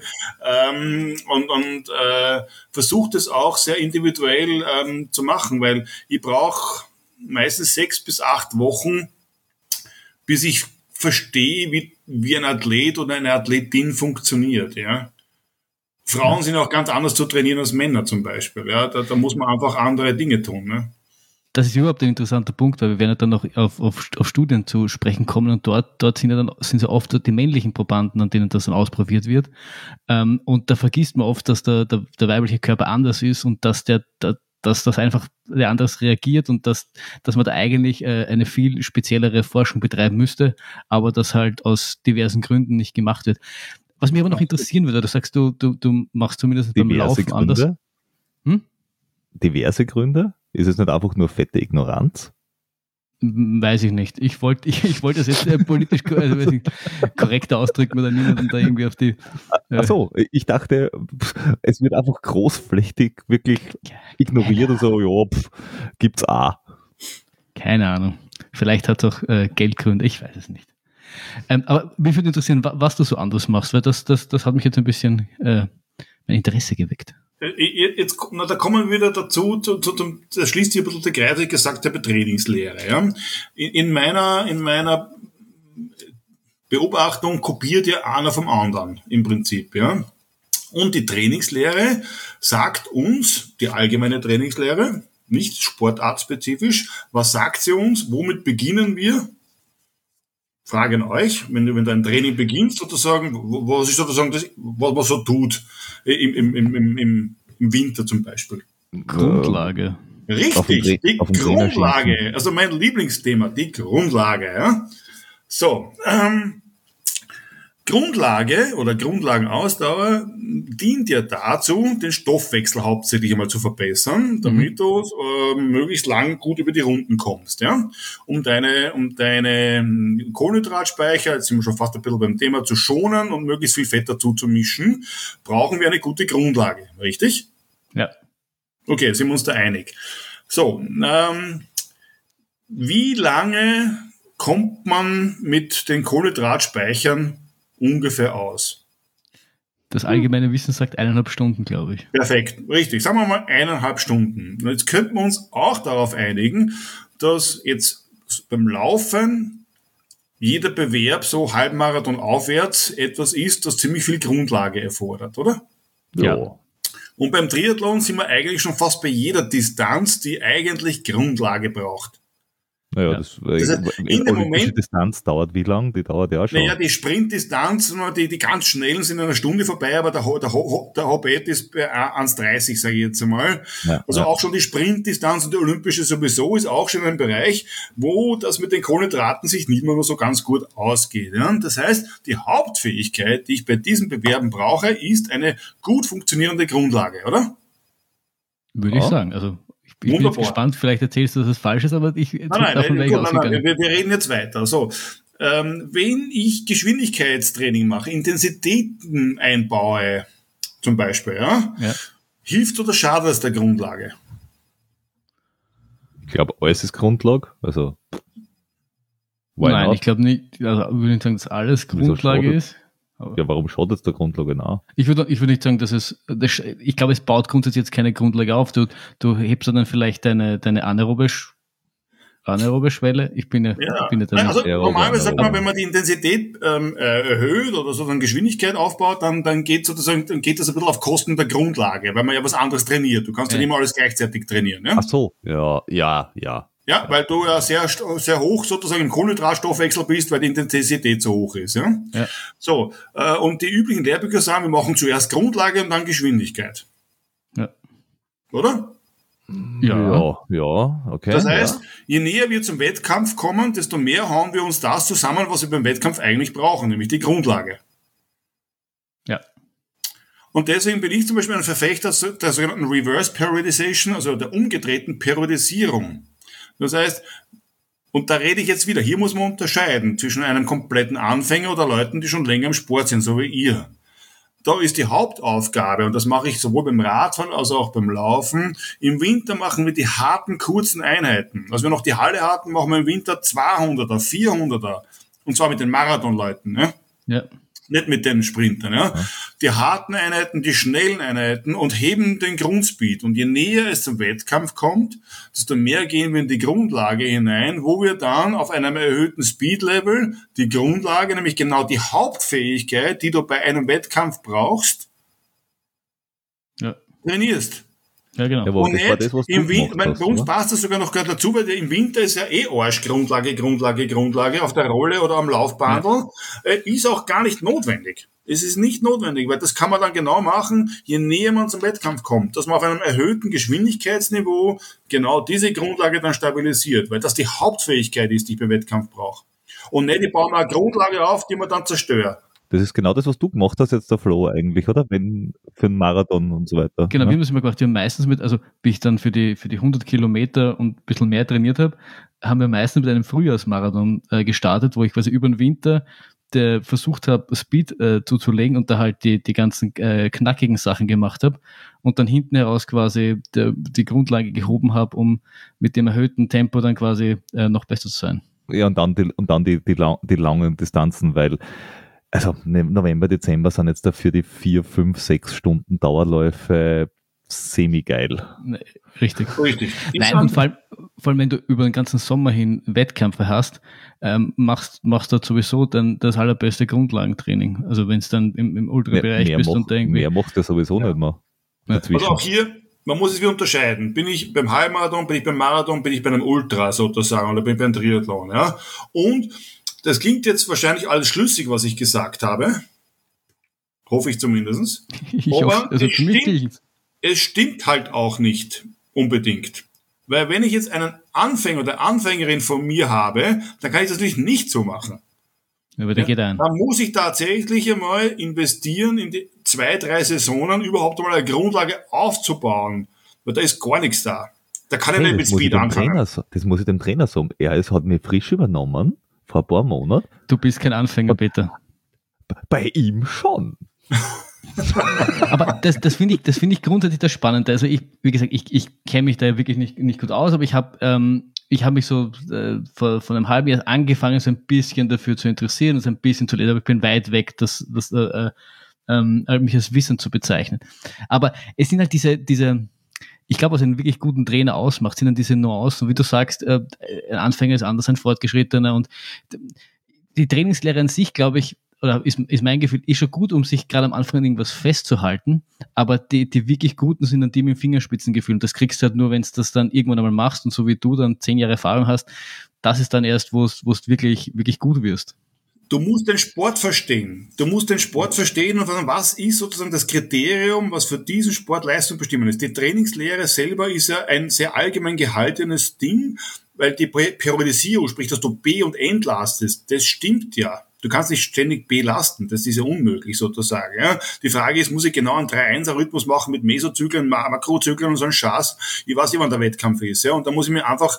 Und versuche das auch sehr individuell zu machen, weil ich brauche meistens 6 bis 8 Wochen, bis ich verstehe, wie ein Athlet oder eine Athletin funktioniert, ja. Frauen sind auch ganz anders zu trainieren als Männer zum Beispiel, ja. Da muss man einfach andere Dinge tun, ne. Das ist überhaupt ein interessanter Punkt, weil wir werden ja dann noch auf Studien zu sprechen kommen und dort sind so oft die männlichen Probanden, an denen das dann ausprobiert wird. Und da vergisst man oft, dass der weibliche Körper anders ist und dass das einfach anders reagiert und dass man da eigentlich eine viel speziellere Forschung betreiben müsste, aber das halt aus diversen Gründen nicht gemacht wird. Was mich aber noch interessieren würde, du sagst, du machst zumindest beim Laufen Gründe? anders. Hm? Diverse Gründe? Ist es nicht einfach nur fette Ignoranz? Weiß ich nicht. Ich wollte das jetzt politisch korrekter ausdrücken oder niemanden da irgendwie auf die... Ach so, ich dachte, es wird einfach großflächig wirklich ignoriert und so, ja, gibt's auch. Keine Ahnung. Vielleicht hat es auch Geldgründe, ich weiß es nicht. Aber mich würde interessieren, was du so anders machst, weil das hat mich jetzt ein bisschen mein Interesse geweckt. Da kommen wir wieder dazu, da schließt sich ein bisschen der Kreis, wie gesagt habe, Trainingslehre. Ja. In meiner Beobachtung kopiert ja einer vom anderen im Prinzip. Ja. Und die Trainingslehre sagt uns, die allgemeine Trainingslehre, nicht sportartspezifisch, was sagt sie uns, womit beginnen wir? Frage an euch, wenn du ein Training beginnst, sozusagen, was ist sozusagen das, was man so tut im Winter zum Beispiel? Grundlage. Richtig, die Grundlage. Also mein Lieblingsthema, die Grundlage. Ja? So, Grundlage oder Grundlagenausdauer dient ja dazu, den Stoffwechsel hauptsächlich einmal zu verbessern, damit du möglichst lang gut über die Runden kommst, ja. Um deine Kohlenhydratspeicher, jetzt sind wir schon fast ein bisschen beim Thema, zu schonen und möglichst viel Fett dazu zu mischen, brauchen wir eine gute Grundlage, richtig? Ja. Okay, sind wir uns da einig. So, wie lange kommt man mit den Kohlenhydratspeichern ungefähr aus? Das allgemeine Wissen sagt 1,5 Stunden, glaube ich. Perfekt, richtig. Sagen wir mal 1,5 Stunden. Und jetzt könnten wir uns auch darauf einigen, dass jetzt beim Laufen jeder Bewerb so Halbmarathon aufwärts etwas ist, das ziemlich viel Grundlage erfordert, oder? Ja. Und beim Triathlon sind wir eigentlich schon fast bei jeder Distanz, die eigentlich Grundlage braucht. Naja, Ja. das heißt, in dem olympische Moment- Distanz dauert wie lang? Die dauert ja auch schon. Naja, die Sprintdistanz, die ganz schnellen sind in einer Stunde vorbei, aber der Hobett ist bei 1,30, sage ich jetzt einmal. Ja, Also ja. auch schon die Sprintdistanz und die olympische sowieso ist auch schon ein Bereich, wo das mit den Kohlenhydraten sich nicht mehr so ganz gut ausgeht. Ja? Das heißt, die Hauptfähigkeit, die ich bei diesen Bewerben brauche, ist eine gut funktionierende Grundlage, oder? Würde ich Ja. sagen. Also ich bin jetzt Wunderbar. gespannt, vielleicht erzählst du, dass es falsch ist, aber davon wäre ich Gut, ausgegangen. wir reden jetzt weiter. So, wenn ich Geschwindigkeitstraining mache, Intensitäten einbaue, zum Beispiel, ja, Ja. hilft oder schadet es der Grundlage? Ich glaube, alles ist Grundlage. Also, why Nein, not? ich glaube nicht, also würde nicht sagen, dass alles Wieso Grundlage schadet? ist. Ja, warum schadet es der Grundlage nach? Ich würde nicht sagen, dass ich glaube, es baut grundsätzlich jetzt keine Grundlage auf. Du hebst dann vielleicht deine anaerobe Schwelle. Ich bin ja da Nein, also Ja, normalerweise sagt man, aber- wenn man die Intensität erhöht oder so dann Geschwindigkeit aufbaut, dann geht das ein bisschen auf Kosten der Grundlage, weil man ja was anderes trainiert. Du kannst ja Ja. nicht immer alles gleichzeitig trainieren. Ja? Ach so, ja. Ja, weil du ja sehr hoch sozusagen im Kohlenhydratstoffwechsel bist, weil die Intensität so hoch ist. Ja? Ja. So, und die üblichen Lehrbücher sagen, wir machen zuerst Grundlage und dann Geschwindigkeit. Ja. Oder? Ja. Ja, okay. Das heißt, je näher wir zum Wettkampf kommen, desto mehr hauen wir uns das zusammen, was wir beim Wettkampf eigentlich brauchen, nämlich die Grundlage. Ja. Und deswegen bin ich zum Beispiel ein Verfechter der sogenannten Reverse Periodization, also der umgedrehten Periodisierung. Das heißt, und da rede ich jetzt wieder, hier muss man unterscheiden zwischen einem kompletten Anfänger oder Leuten, die schon länger im Sport sind, so wie ihr. Da ist die Hauptaufgabe, und das mache ich sowohl beim Radfahren als auch beim Laufen. Im Winter machen wir die harten, kurzen Einheiten. Als wir noch die Halle hatten, machen wir im Winter 200er, 400er. Und zwar mit den Marathonleuten, ne? Ja. Nicht mit den Sprintern, ja. Die harten Einheiten, die schnellen Einheiten und heben den Grundspeed. Und je näher es zum Wettkampf kommt, desto mehr gehen wir in die Grundlage hinein, wo wir dann auf einem erhöhten Speed-Level die Grundlage, nämlich genau die Hauptfähigkeit, die du bei einem Wettkampf brauchst, Ja. trainierst. Ja, genau. Ja, aber Und das war nicht das, was du im Winter, gemacht hast, bei uns oder? passt das sogar noch gerade dazu, weil im Winter ist ja Arsch Grundlage auf der Rolle oder am Laufbandel, ist auch gar nicht notwendig. Es ist nicht notwendig, weil das kann man dann genau machen, je näher man zum Wettkampf kommt, dass man auf einem erhöhten Geschwindigkeitsniveau genau diese Grundlage dann stabilisiert, weil das die Hauptfähigkeit ist, die ich beim Wettkampf brauche. Und nicht, ich baue mir eine Grundlage auf, die man dann zerstört. Das ist genau das, was du gemacht hast jetzt, der Flo, eigentlich, oder? Wenn, für einen Marathon und so weiter. Genau, wir ja? haben das immer gemacht, wir haben meistens wie ich dann für die 100 Kilometer und ein bisschen mehr trainiert habe, haben wir meistens mit einem Frühjahrsmarathon gestartet, wo ich quasi über den Winter versucht habe, Speed zuzulegen und da halt die ganzen knackigen Sachen gemacht habe und dann hinten heraus quasi die Grundlage gehoben habe, um mit dem erhöhten Tempo dann quasi noch besser zu sein. Ja, und dann die langen Distanzen, weil, also November, Dezember sind jetzt dafür die 4, 5, 6 Stunden Dauerläufe semi-geil. Richtig. Richtig. Nein, und vor allem, wenn du über den ganzen Sommer hin Wettkämpfe hast, machst du sowieso dann das allerbeste Grundlagentraining. Also wenn es dann im Ultrabereich bist und da irgendwie. Mehr machst du sowieso nicht mehr. Also auch hier, man muss es wieder unterscheiden. Bin ich beim Halbmarathon, bin ich beim Marathon, bin ich bei einem Ultra sozusagen oder bin ich beim Triathlon, ja? Und das klingt jetzt wahrscheinlich alles schlüssig, was ich gesagt habe. Hoffe ich zumindest. Ich hoffe, also für mich gilt's. Es stimmt halt auch nicht unbedingt. Weil wenn ich jetzt einen Anfänger oder Anfängerin von mir habe, dann kann ich das natürlich nicht so machen. Aber der geht ein. Dann muss ich tatsächlich einmal investieren, in die 2, 3 Saisonen überhaupt einmal eine Grundlage aufzubauen. Weil da ist gar nichts da. Da kann ich nicht mit Speed anfangen. Das muss ich dem Trainer sagen. Hat mich frisch übernommen, vor ein paar Monaten. Du bist kein Anfänger, Peter. Bei ihm schon. Aber das finde ich grundsätzlich das Spannende. Also wie gesagt, ich kenne mich da ja wirklich nicht gut aus, aber ich habe mich so vor einem halben Jahr angefangen, so ein bisschen dafür zu interessieren und so ein bisschen zu lesen, aber ich bin weit weg, mich als Wissen zu bezeichnen. Aber es sind halt diese ich glaube, was einen wirklich guten Trainer ausmacht, sind dann diese Nuancen. Wie du sagst, ein Anfänger ist anders, ein Fortgeschrittener. Und die Trainingslehre an sich, glaube ich, oder ist mein Gefühl, ist schon gut, um sich gerade am Anfang an irgendwas festzuhalten. Aber die wirklich Guten sind dann die mit dem Fingerspitzengefühl. Und das kriegst du halt nur, wenn du das dann irgendwann einmal machst und so wie du dann 10 Jahre Erfahrung hast. Das ist dann erst, wo du wirklich gut wirst. Du musst den Sport verstehen. Du musst den Sport verstehen und sagen, was ist sozusagen das Kriterium, was für diesen Sport Leistung bestimmen ist. Die Trainingslehre selber ist ja ein sehr allgemein gehaltenes Ding, weil die Periodisierung, sprich, dass du B- und entlastest, das stimmt ja. Du kannst nicht ständig belasten, das ist ja unmöglich sozusagen. Ja. Die Frage ist, muss ich genau einen 3-1er-Rhythmus machen mit Mesozyklen, Makrozyklen und so einen Schatz? Ich weiß nicht, wann der Wettkampf ist. Ja. Und da muss ich mir einfach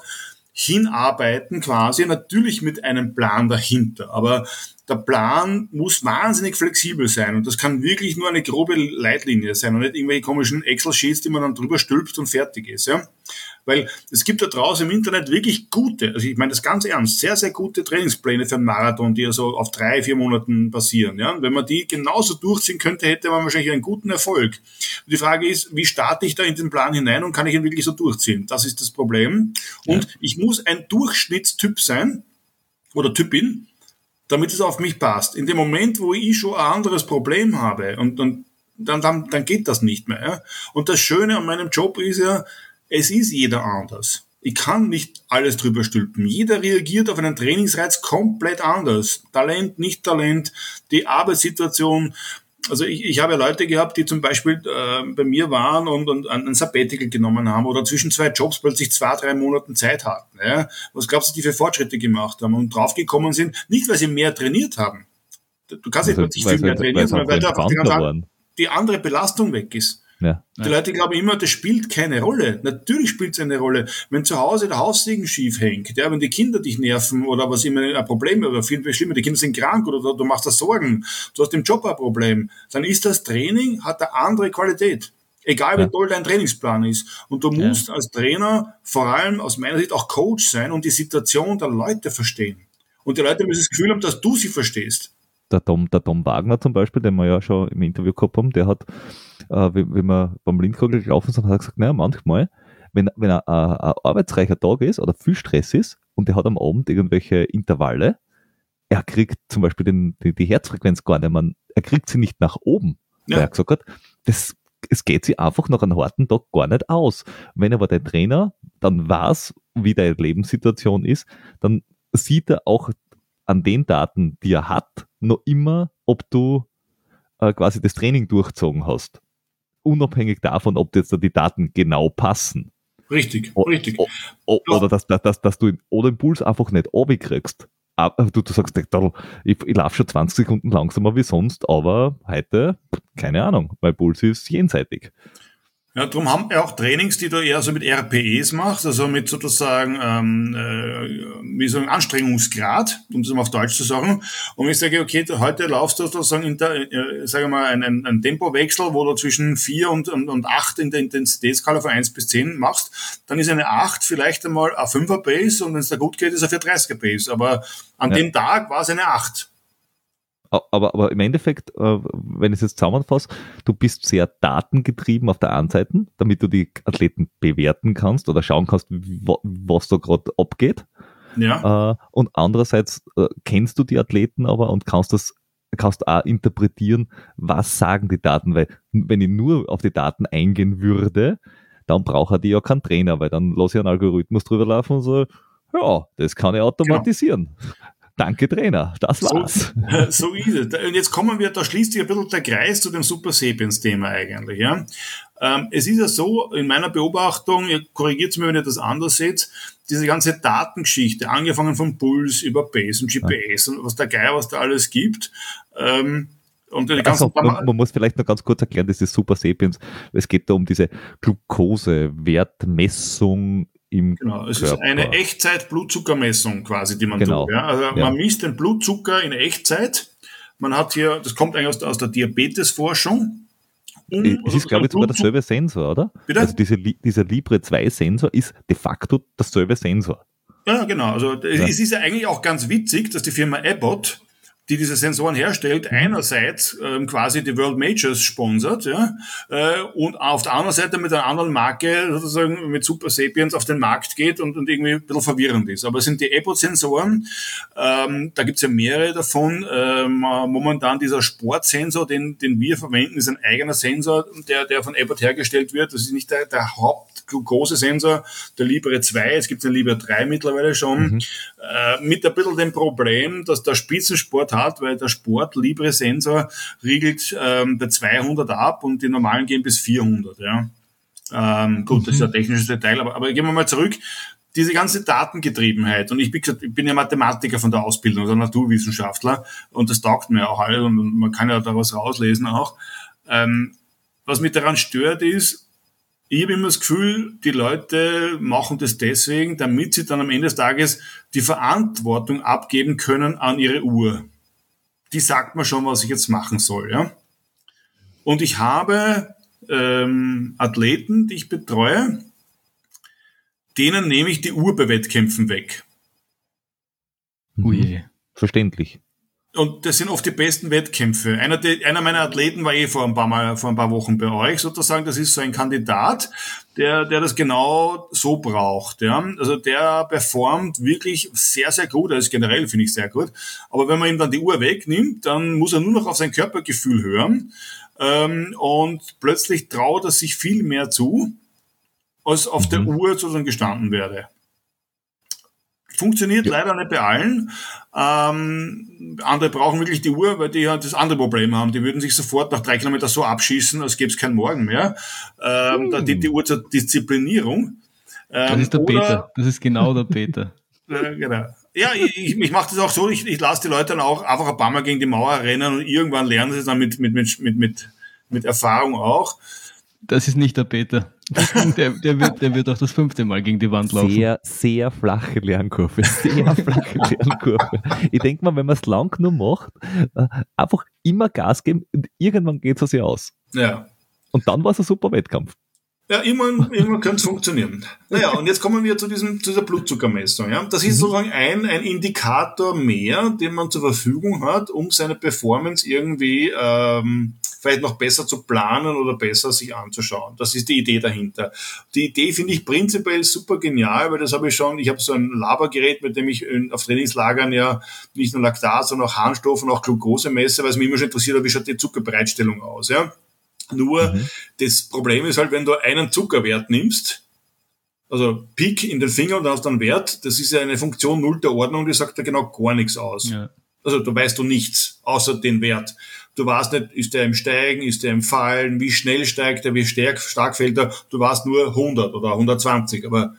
hinarbeiten quasi, natürlich mit einem Plan dahinter. Aber der Plan muss wahnsinnig flexibel sein und das kann wirklich nur eine grobe Leitlinie sein und nicht irgendwelche komischen Excel-Sheets, die man dann drüber stülpt und fertig ist. Ja? Weil es gibt da draußen im Internet wirklich gute, also ich meine das ganz ernst, sehr, sehr gute Trainingspläne für einen Marathon, die ja so auf 3-4 Monaten basieren. Ja? Und wenn man die genauso durchziehen könnte, hätte man wahrscheinlich einen guten Erfolg. Und die Frage ist, wie starte ich da in den Plan hinein und kann ich ihn wirklich so durchziehen? Das ist das Problem. Und ich muss ein Durchschnittstyp sein oder Typin, damit es auf mich passt. In dem Moment, wo ich schon ein anderes Problem habe und dann geht das nicht mehr. Ja? Und das Schöne an meinem Job ist ja, es ist jeder anders. Ich kann nicht alles drüber stülpen. Jeder reagiert auf einen Trainingsreiz komplett anders. Talent, nicht Talent, die Arbeitssituation. Also ich habe ja Leute gehabt, die zum Beispiel bei mir waren und einen Sabbatical genommen haben oder zwischen 2 Jobs plötzlich 2-3 Monaten Zeit hatten. Ja? Was glaubst du, die für Fortschritte gemacht haben und draufgekommen sind? Nicht, weil sie mehr trainiert haben. Du kannst nicht plötzlich viel mehr trainieren, sondern weil da einfach die andere Belastung weg ist. Ja. Die Leute glauben immer, das spielt keine Rolle. Natürlich spielt es eine Rolle. Wenn zu Hause der Haussegen schief hängt, ja, wenn die Kinder dich nerven oder was immer ein Problem oder viel schlimmer, die Kinder sind krank oder du machst dir Sorgen, du hast im Job ein Problem, dann ist das Training, hat eine andere Qualität. Egal wie toll dein Trainingsplan ist. Und du musst als Trainer vor allem aus meiner Sicht auch Coach sein und die Situation der Leute verstehen. Und die Leute müssen das Gefühl haben, dass du sie verstehst. Der Tom Wagner zum Beispiel, den wir ja schon im Interview gehabt haben, der hat, wenn wir beim Lindkogel gelaufen sind, hat er gesagt, naja, manchmal, wenn ein arbeitsreicher Tag ist oder viel Stress ist und der hat am Abend irgendwelche Intervalle, er kriegt zum Beispiel die Herzfrequenz gar nicht mehr, er kriegt sie nicht nach oben, weil er gesagt hat, es geht sich einfach nach einem harten Tag gar nicht aus. Wenn aber der Trainer dann weiß, wie deine Lebenssituation ist, dann sieht er auch an den Daten, die er hat, noch immer, ob du quasi das Training durchgezogen hast. Unabhängig davon, ob jetzt da die Daten genau passen. Richtig. Oder dass du den Puls einfach nicht runterkriegst. Du sagst, ich laufe schon 20 Sekunden langsamer wie sonst, aber heute, keine Ahnung, mein Puls ist jenseitig. Ja, darum haben wir auch Trainings, die du eher so mit RPEs machst, also mit sozusagen wie so ein Anstrengungsgrad, um es mal auf Deutsch zu sagen. Und ich sage, okay, heute laufst du sozusagen sage mal, einen Tempowechsel, wo du zwischen 4 und 8 in der Intensitätsskala von 1 bis 10 machst, dann ist eine 8 vielleicht einmal ein 5er Base und wenn es da gut geht, ist er 430er Base. Aber an dem Tag war es eine 8. Aber im Endeffekt, wenn ich es jetzt zusammenfasse, du bist sehr datengetrieben auf der einen Seite, damit du die Athleten bewerten kannst oder schauen kannst, was da gerade abgeht. Ja. Und andererseits kennst du die Athleten aber und kannst auch interpretieren, was sagen die Daten, weil wenn ich nur auf die Daten eingehen würde, dann braucht die ja keinen Trainer, weil dann lasse ich einen Algorithmus drüber laufen und so, ja, das kann ich automatisieren. Genau. Danke, Trainer. Das war's. So ist es. Und jetzt da schließt sich ein bisschen der Kreis zu dem Super Sapiens-Thema eigentlich. Ja. Es ist ja so, in meiner Beobachtung, ihr korrigiert mich, wenn ihr das anders seht, diese ganze Datengeschichte, angefangen vom Puls über Base und GPS und was da alles gibt, und die ganzen man muss vielleicht noch ganz kurz erklären, das ist Super Sapiens. Es geht da um diese Glukosewertmessung im Körper. Es ist eine Echtzeit-Blutzuckermessung quasi, die man tut. Ja? Also man misst den Blutzucker in Echtzeit. Man hat hier, das kommt eigentlich aus der Diabetesforschung. Es ist, glaube ich, sogar derselbe Sensor, oder? Bitte? Also dieser Libre 2 Sensor ist de facto derselbe Sensor. Ja, genau. Also es ist ja eigentlich auch ganz witzig, dass die Firma Abbott, die diese Sensoren herstellt, einerseits quasi die World Majors sponsert, ja, und auf der anderen Seite mit einer anderen Marke sozusagen mit Super Sapiens auf den Markt geht und irgendwie ein bisschen verwirrend ist. Aber es sind die Abbott-Sensoren, da gibt's ja mehrere davon. Momentan dieser Sportsensor, den wir verwenden, ist ein eigener Sensor, der von Abbott hergestellt wird. Das ist nicht der große Sensor, der Libre 2, es gibt den Libre 3 mittlerweile schon, mit ein bisschen dem Problem, dass der Spitzensport hat, weil der Sport Libre Sensor riegelt bei 200 ab und die normalen gehen bis 400. Ja. Gut, das ist ein technisches Detail, aber gehen wir mal zurück. Diese ganze Datengetriebenheit, und ich bin ja Mathematiker von der Ausbildung, also Naturwissenschaftler, und das taugt mir auch alle, und man kann ja daraus rauslesen auch. Was mich daran stört ist, ich habe immer das Gefühl, die Leute machen das deswegen, damit sie dann am Ende des Tages die Verantwortung abgeben können an ihre Uhr. Die sagt mir schon, was ich jetzt machen soll. Ja? Und ich habe Athleten, die ich betreue, denen nehme ich die Uhr bei Wettkämpfen weg. Ui. Verständlich. Und das sind oft die besten Wettkämpfe. Einer meiner Athleten war vor ein paar Wochen bei euch sozusagen. Das ist so ein Kandidat, der das genau so braucht. Ja. Also der performt wirklich sehr, sehr gut. Also generell finde ich sehr gut. Aber wenn man ihm dann die Uhr wegnimmt, dann muss er nur noch auf sein Körpergefühl hören. Und plötzlich traut er sich viel mehr zu, als auf der Uhr sozusagen gestanden werde. Funktioniert leider nicht bei allen. Andere brauchen wirklich die Uhr, weil die halt das andere Problem haben. Die würden sich sofort nach 3 Kilometern so abschießen, als gäbe es keinen Morgen mehr. Da dient die Uhr zur Disziplinierung. Das ist der Peter. Das ist genau der Peter. Genau. Ja, ich mache das auch so. Ich lasse die Leute dann auch einfach ein paar Mal gegen die Mauer rennen und irgendwann lernen sie es dann mit Erfahrung auch. Das ist nicht der Peter. Der wird auch das 5. Mal gegen die Wand laufen. Sehr, sehr flache Lernkurve. Sehr flache Lernkurve. Ich denke mal, wenn man es lang nur macht, einfach immer Gas geben und irgendwann geht es aus ihr aus. Ja. Und dann war es ein super Wettkampf. Ja, immer könnte es funktionieren. Naja, und jetzt kommen wir zu dieser Blutzuckermessung. Ja? Das ist sozusagen ein Indikator mehr, den man zur Verfügung hat, um seine Performance irgendwie vielleicht noch besser zu planen oder besser sich anzuschauen. Das ist die Idee dahinter. Die Idee finde ich prinzipiell super genial, weil ich habe so ein Laborgerät, mit dem ich auf Trainingslagern ja nicht nur Laktat, sondern auch Harnstoff und auch Glucose messe, weil es mich immer schon interessiert, wie schaut die Zuckerbereitstellung aus. Ja? Nur das Problem ist halt, wenn du einen Zuckerwert nimmst, also Peak in den Finger und dann hast du einen Wert, das ist ja eine Funktion nullter Ordnung, die sagt da genau gar nichts aus. Ja. Also da weißt du nichts, außer den Wert. Du weißt nicht, ist der im Steigen, ist der im Fallen, wie schnell steigt er, wie stark fällt er. Du weißt nur 100 oder 120, aber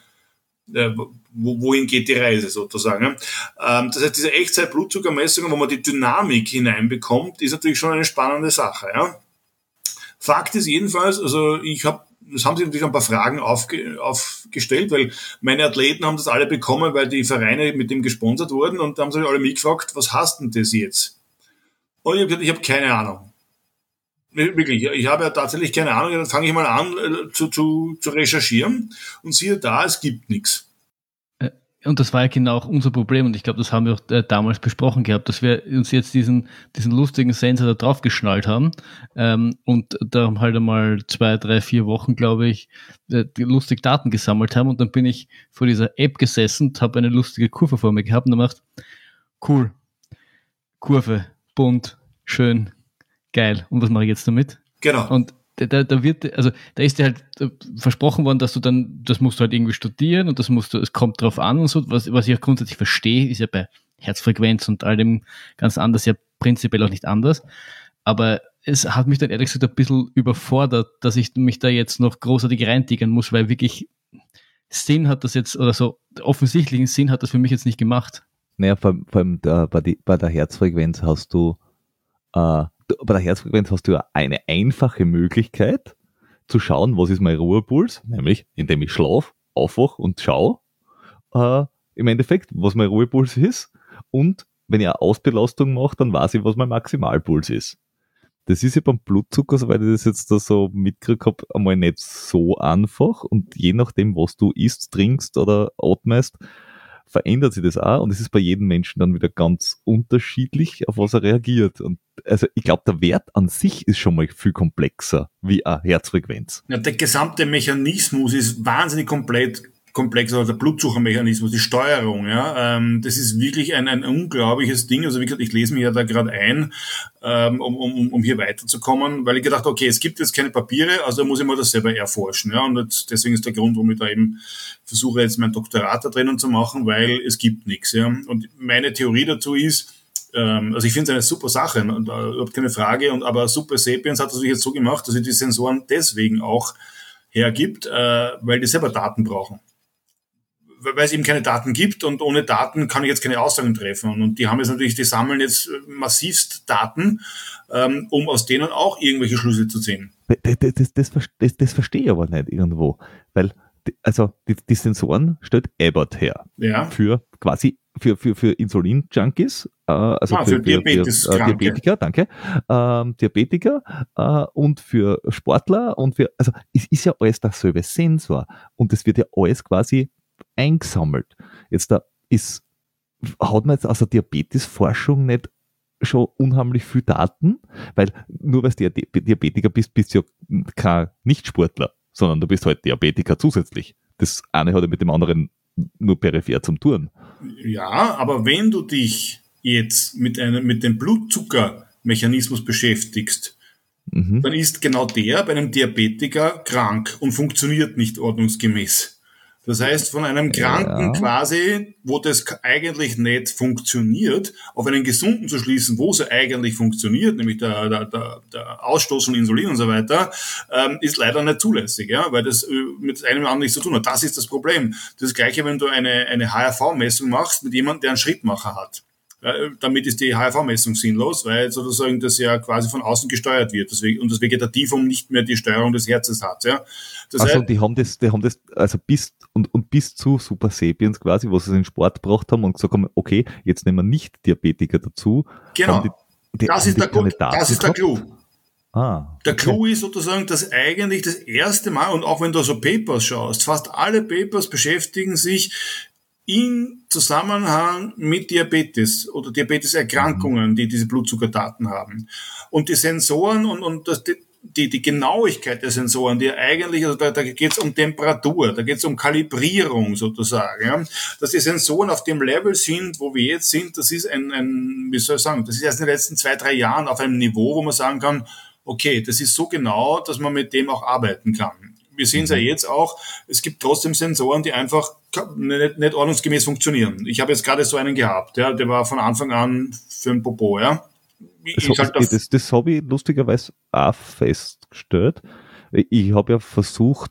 wohin geht die Reise sozusagen. Das heißt, diese Echtzeit-Blutzuckermessungen, wo man die Dynamik hineinbekommt, ist natürlich schon eine spannende Sache. Ja? Fakt ist jedenfalls, also das haben sich natürlich ein paar Fragen aufgestellt, weil meine Athleten haben das alle bekommen, weil die Vereine mit dem gesponsert wurden und da haben sie alle mich gefragt, was hast denn das jetzt? Und ich habe gesagt, ich habe keine Ahnung. Wirklich, ich habe ja tatsächlich keine Ahnung, dann fange ich mal an zu recherchieren und siehe da, es gibt nichts. Und das war ja genau auch unser Problem und ich glaube, das haben wir auch damals besprochen gehabt, dass wir uns jetzt diesen lustigen Sensor da drauf geschnallt haben und da halt einmal 2, 3, 4 Wochen, glaube ich, lustig Daten gesammelt haben und dann bin ich vor dieser App gesessen und habe eine lustige Kurve vor mir gehabt und dann gemacht, cool, Kurve, bunt, schön, geil. Und was mache ich jetzt damit? Genau. Und da ist dir halt versprochen worden, dass du dann, das musst du halt irgendwie studieren und es kommt drauf an und so. Was ich auch grundsätzlich verstehe, ist ja bei Herzfrequenz und all dem ganz anders, ja prinzipiell auch nicht anders. Aber es hat mich dann ehrlich gesagt ein bisschen überfordert, dass ich mich da jetzt noch großartig reintigern muss, weil wirklich Sinn hat das jetzt, oder so offensichtlichen Sinn hat das für mich jetzt nicht gemacht. Naja, vor allem bei der Herzfrequenz hast du ja eine einfache Möglichkeit zu schauen, was ist mein Ruhepuls, nämlich indem ich schlafe, aufwache und schaue im Endeffekt, was mein Ruhepuls ist und wenn ich eine Ausbelastung mache, dann weiß ich, was mein Maximalpuls ist. Das ist ja beim Blutzucker, soweit ich das jetzt da so mitgekriegt habe, einmal nicht so einfach. Und je nachdem, was du isst, trinkst oder atmest, verändert sich das auch. Und es ist bei jedem Menschen dann wieder ganz unterschiedlich, auf was er reagiert. Und also ich glaube, der Wert an sich ist schon mal viel komplexer wie eine Herzfrequenz. Ja, der gesamte Mechanismus ist wahnsinnig komplex, also der Blutzuckermechanismus, die Steuerung, ja, das ist wirklich ein unglaubliches Ding. Also wie gesagt, ich lese mich ja da gerade ein, um hier weiterzukommen, weil ich gedacht, okay, es gibt jetzt keine Papiere, also muss ich mal das selber erforschen, ja, und deswegen ist der Grund, warum ich da eben versuche, jetzt mein Doktorat da drinnen zu machen, weil es gibt nichts, ja. Und meine Theorie dazu ist, also ich finde es eine super Sache, überhaupt keine Frage, aber Super Sapiens hat das jetzt so gemacht, dass sie die Sensoren deswegen auch hergibt, weil die selber Daten brauchen. Weil es eben keine Daten gibt und ohne Daten kann ich jetzt keine Aussagen treffen. Und die haben jetzt natürlich, die sammeln jetzt massivst Daten, um aus denen auch irgendwelche Schlüsse zu ziehen. Das verstehe ich aber nicht irgendwo, weil die Sensoren stellt Abbott her. Ja. Für quasi für Insulin-Junkies, also für Diabetiker, danke, Diabetiker und für Sportler und also es ist ja alles derselbe Sensor und es wird ja alles quasi eingesammelt. Jetzt hat man jetzt aus der Diabetesforschung nicht schon unheimlich viel Daten, weil nur weil du Diabetiker bist, bist du ja kein Nichtsportler, sondern du bist halt Diabetiker zusätzlich. Das eine hat ja mit dem anderen nur peripher zum Tun. Ja, aber wenn du dich jetzt mit dem Blutzuckermechanismus beschäftigst, dann ist genau der bei einem Diabetiker krank und funktioniert nicht ordnungsgemäß. Das heißt, von einem Kranken quasi, wo das eigentlich nicht funktioniert, auf einen Gesunden zu schließen, wo es eigentlich funktioniert, nämlich der Ausstoß von Insulin und so weiter, ist leider nicht zulässig, ja, weil das mit einem anderen nichts zu tun hat. Das ist das Problem. Das Gleiche, wenn du eine HRV-Messung machst mit jemandem, der einen Schrittmacher hat. Damit ist die HRV-Messung sinnlos, weil sozusagen das ja quasi von außen gesteuert wird und das Vegetativum nicht mehr die Steuerung des Herzens hat. Ja. Also die haben das also bis zu Super Sapiens quasi, wo sie es in Sport gebracht haben und gesagt haben, okay, jetzt nehmen wir nicht Diabetiker dazu. Genau, das ist der Clou. Der Clou ist sozusagen, dass eigentlich das erste Mal, und auch wenn du so Papers schaust, fast alle Papers beschäftigen sich in Zusammenhang mit Diabetes oder Diabeteserkrankungen, die diese Blutzuckerdaten haben. Und die Sensoren und die Genauigkeit der Sensoren, die eigentlich, also da geht es um Temperatur, da geht es um Kalibrierung sozusagen, ja. Dass die Sensoren auf dem Level sind, wo wir jetzt sind, das ist wie soll ich sagen, das ist erst in den letzten 2-3 Jahren auf einem Niveau, wo man sagen kann, okay, das ist so genau, dass man mit dem auch arbeiten kann. Wir sehen es ja jetzt auch, es gibt trotzdem Sensoren, die einfach nicht ordnungsgemäß funktionieren. Ich habe jetzt gerade so einen gehabt, ja, der war von Anfang an für ein Popo, ja. Das habe ich lustigerweise auch festgestellt. Ich habe ja versucht,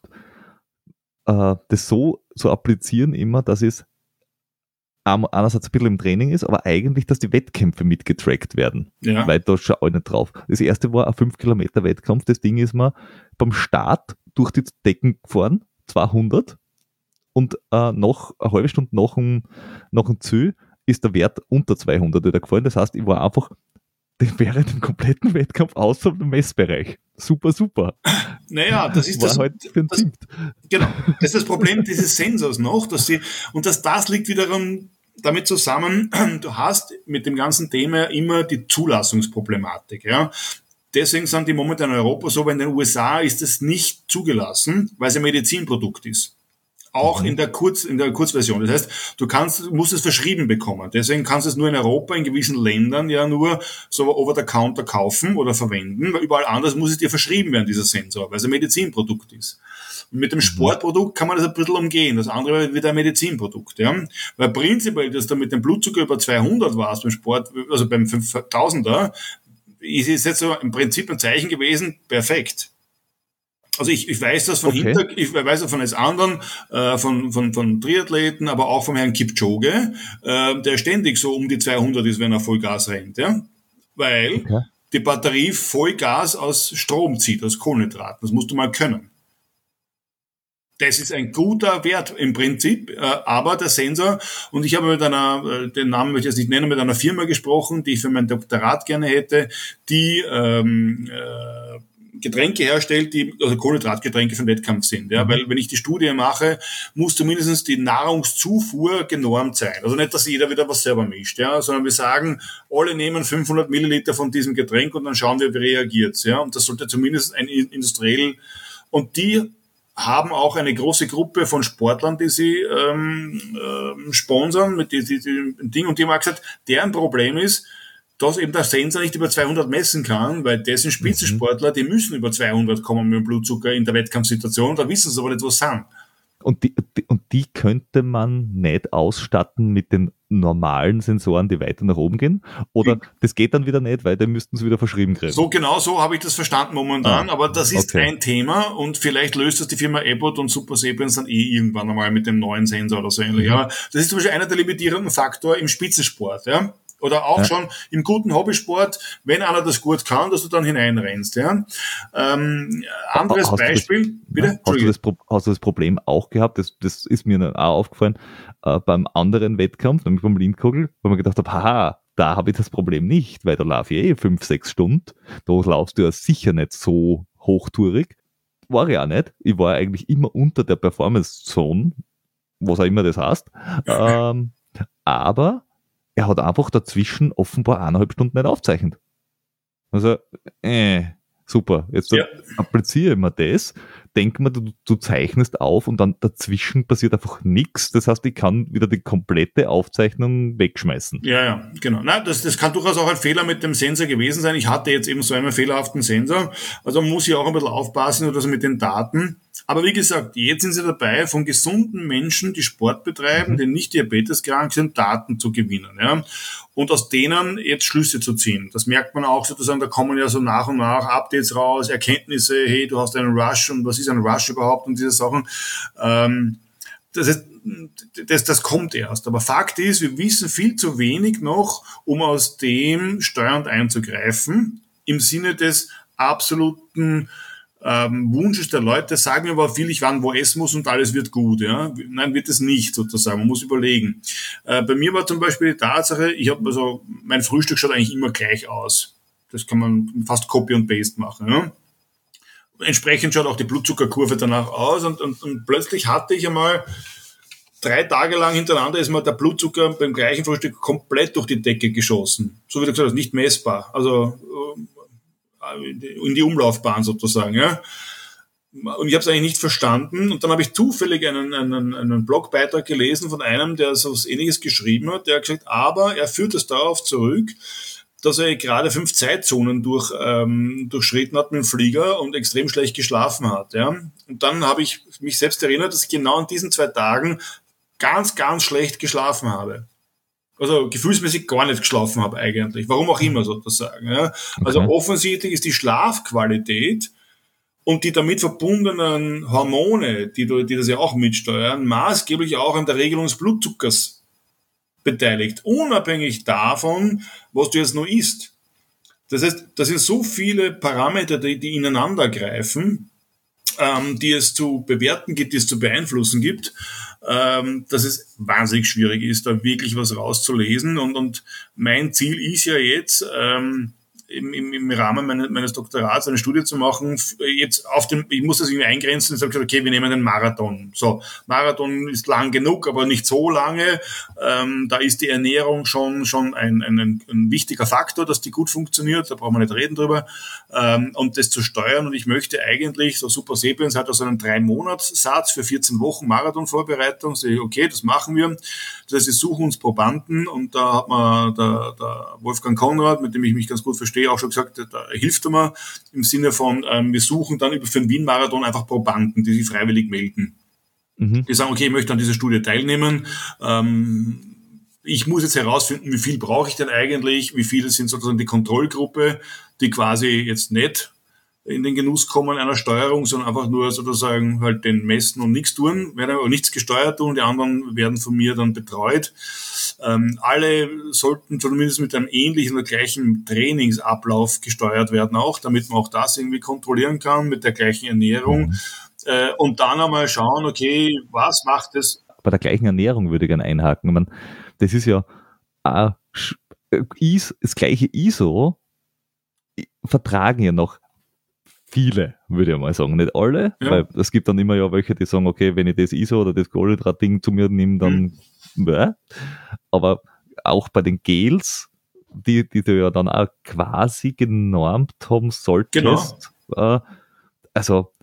das so zu applizieren immer, dass es einerseits ein bisschen im Training ist, aber eigentlich, dass die Wettkämpfe mitgetrackt werden. Ja. Weil da schaue ich nicht drauf. Das erste war ein 5-Kilometer-Wettkampf. Das Ding ist mir beim Start durch die Decken gefahren, 200, und noch eine halbe Stunde nach dem Ziel ist der Wert unter 200 wieder gefallen. Das heißt, ich war einfach während dem kompletten Wettkampf außer dem Messbereich. Super. Naja, das ist das. Halt für genau. Das ist das Problem dieses Sensors noch, das liegt wiederum damit zusammen, du hast mit dem ganzen Thema immer die Zulassungsproblematik, ja. Deswegen sind die momentan in Europa so, weil in den USA ist es nicht zugelassen, weil es ein Medizinprodukt ist. Auch in der Kurzversion. Das heißt, du musst es verschrieben bekommen. Deswegen kannst du es nur in Europa, in gewissen Ländern ja nur so over the counter kaufen oder verwenden, weil überall anders muss es dir verschrieben werden, dieser Sensor, weil es ein Medizinprodukt ist. Und mit dem Sportprodukt kann man das ein bisschen umgehen. Das andere wird ein Medizinprodukt, ja. Weil prinzipiell, dass du mit dem Blutzucker über 200 warst beim Sport, also beim 5000er, ist jetzt so im Prinzip ein Zeichen gewesen, perfekt. Also ich weiß das ich weiß das von jetzt anderen, von Triathleten, aber auch vom Herrn Kipchoge, der ständig so um die 200 ist, wenn er Vollgas rennt, ja, weil die Batterie Vollgas aus Strom zieht, aus Kohlenhydraten. Das musst du mal können. Das ist ein guter Wert im Prinzip, aber der Sensor, und ich habe mit den Namen möchte ich jetzt nicht nennen, mit einer Firma gesprochen, die ich für mein Doktorat gerne hätte, die Getränke herstellt, also Kohlenhydratgetränke für den Wettkampf sind. Ja, weil wenn ich die Studie mache, muss zumindest die Nahrungszufuhr genormt sein. Also nicht, dass jeder wieder was selber mischt, ja, sondern wir sagen, alle nehmen 500 Milliliter von diesem Getränk und dann schauen wir, wie reagiert. Ja, und das sollte zumindest ein industriell, und die haben auch eine große Gruppe von Sportlern, die sie sponsern mit die Ding, und die haben auch gesagt, deren Problem ist, dass eben der Sensor nicht über 200 messen kann, weil das sind Spitzensportler, die müssen über 200 kommen mit dem Blutzucker in der Wettkampfsituation, da wissen sie aber nicht, was sind. Und die könnte man nicht ausstatten mit den normalen Sensoren, die weiter nach oben gehen? Oder das geht dann wieder nicht, weil dann müssten sie wieder verschrieben kriegen? So genau so habe ich das verstanden momentan, aber das ist ein Thema, und vielleicht löst das die Firma Abbott und Super Sapiens dann irgendwann einmal mit dem neuen Sensor oder so ähnlich. Ja, das ist zum Beispiel einer der limitierenden Faktoren im Spitzensport, ja. Oder auch schon im guten Hobbysport, wenn einer das gut kann, dass du dann hineinrennst. Ja. Anderes Beispiel. Bitte? Hast du das Problem auch gehabt? Das ist mir auch aufgefallen beim anderen Wettkampf, nämlich beim Lindkogel, wo man gedacht habe, haha, da habe ich das Problem nicht, weil da laufe ich 5-6 Stunden. Da laufst du ja sicher nicht so hochtourig. War ich auch nicht. Ich war eigentlich immer unter der Performance Zone, was auch immer das heißt. Aber er hat einfach dazwischen offenbar 1,5 Stunden nicht aufgezeichnet. Also, super. Jetzt appliziere ich mir das, denke mir, du zeichnest auf und dann dazwischen passiert einfach nichts. Das heißt, ich kann wieder die komplette Aufzeichnung wegschmeißen. Ja, genau. Nein, das kann durchaus auch ein Fehler mit dem Sensor gewesen sein. Ich hatte jetzt eben so einen fehlerhaften Sensor. Also man muss hier auch ein bisschen aufpassen oder so mit den Daten. Aber wie gesagt, jetzt sind sie dabei, von gesunden Menschen, die Sport betreiben, die nicht diabeteskrank sind, Daten zu gewinnen. Ja? Und aus denen jetzt Schlüsse zu ziehen. Das merkt man auch sozusagen, da kommen ja so nach und nach Updates raus, Erkenntnisse, hey, du hast einen Rush und was ist ein Rush überhaupt und diese Sachen. Das kommt erst. Aber Fakt ist, wir wissen viel zu wenig noch, um aus dem steuernd einzugreifen, im Sinne des absoluten Wunsch der Leute, sagen mir aber viel, ich wann wo essen muss und alles wird gut. Ja? Nein, wird es nicht sozusagen. Man muss überlegen. Bei mir war zum Beispiel die Tatsache, mein Frühstück schaut eigentlich immer gleich aus. Das kann man fast Copy und Paste machen. Ja? Entsprechend schaut auch die Blutzuckerkurve danach aus und plötzlich hatte ich einmal 3 Tage lang hintereinander ist mir der Blutzucker beim gleichen Frühstück komplett durch die Decke geschossen. So wie du gesagt hast, nicht messbar. Also in die Umlaufbahn sozusagen, ja. Und ich habe es eigentlich nicht verstanden. Und dann habe ich zufällig einen Blogbeitrag gelesen von einem, der so was Ähnliches geschrieben hat. Der hat gesagt, aber er führt es darauf zurück, dass er gerade 5 Zeitzonen durchschritten hat mit dem Flieger und extrem schlecht geschlafen hat. Ja. Und dann habe ich mich selbst erinnert, dass ich genau an diesen 2 Tagen ganz, ganz schlecht geschlafen habe. Also gefühlsmäßig gar nicht geschlafen habe eigentlich. Warum auch immer sozusagen. Ja. Also offensichtlich ist die Schlafqualität und die damit verbundenen Hormone, die das ja auch mitsteuern, maßgeblich auch an der Regelung des Blutzuckers beteiligt. Unabhängig davon, was du jetzt noch isst. Das heißt, das sind so viele Parameter, die ineinander greifen, die es zu bewerten gibt, die es zu beeinflussen gibt, dass es wahnsinnig schwierig ist, da wirklich was rauszulesen. Und mein Ziel ist ja jetzt, im Rahmen meines Doktorats eine Studie zu machen, jetzt ich muss das irgendwie eingrenzen und sage, okay, wir nehmen den Marathon. So, Marathon ist lang genug, aber nicht so lange. Da ist die Ernährung schon ein wichtiger Faktor, dass die gut funktioniert, da brauchen wir nicht reden drüber, und das zu steuern. Und ich möchte eigentlich, so Super Sapiens hat so einen 3-Monats-Satz für 14 Wochen Marathonvorbereitung, sage ich, okay, das machen wir. Das heißt, wir suchen uns Probanden und da hat man der Wolfgang Konrad, mit dem ich mich ganz gut verstehe, auch schon gesagt, da hilft er mir im Sinne von, wir suchen dann für den Wien-Marathon einfach Probanden, die sich freiwillig melden. Die sagen, okay, ich möchte an dieser Studie teilnehmen. Ich muss jetzt herausfinden, wie viel brauche ich denn eigentlich, wie viele sind sozusagen die Kontrollgruppe, die quasi jetzt nicht in den Genuss kommen einer Steuerung, sondern einfach nur sozusagen halt den messen und nichts tun, werden aber nichts gesteuert tun, die anderen werden von mir dann betreut. Alle sollten zumindest mit einem ähnlichen oder gleichen Trainingsablauf gesteuert werden auch, damit man auch das irgendwie kontrollieren kann mit der gleichen Ernährung. Und dann einmal schauen, okay, was macht es? Bei der gleichen Ernährung würde ich gerne einhaken. Ich meine, das ist ja auch das gleiche ISO vertragen ja noch viele, würde ich mal sagen. Nicht alle, weil es gibt dann immer ja welche, die sagen, okay, wenn ich das ISO oder das Kohlenhydrat-Ding zu mir nehme, dann aber auch bei den Gels, die du ja dann auch quasi genormt haben solltest, also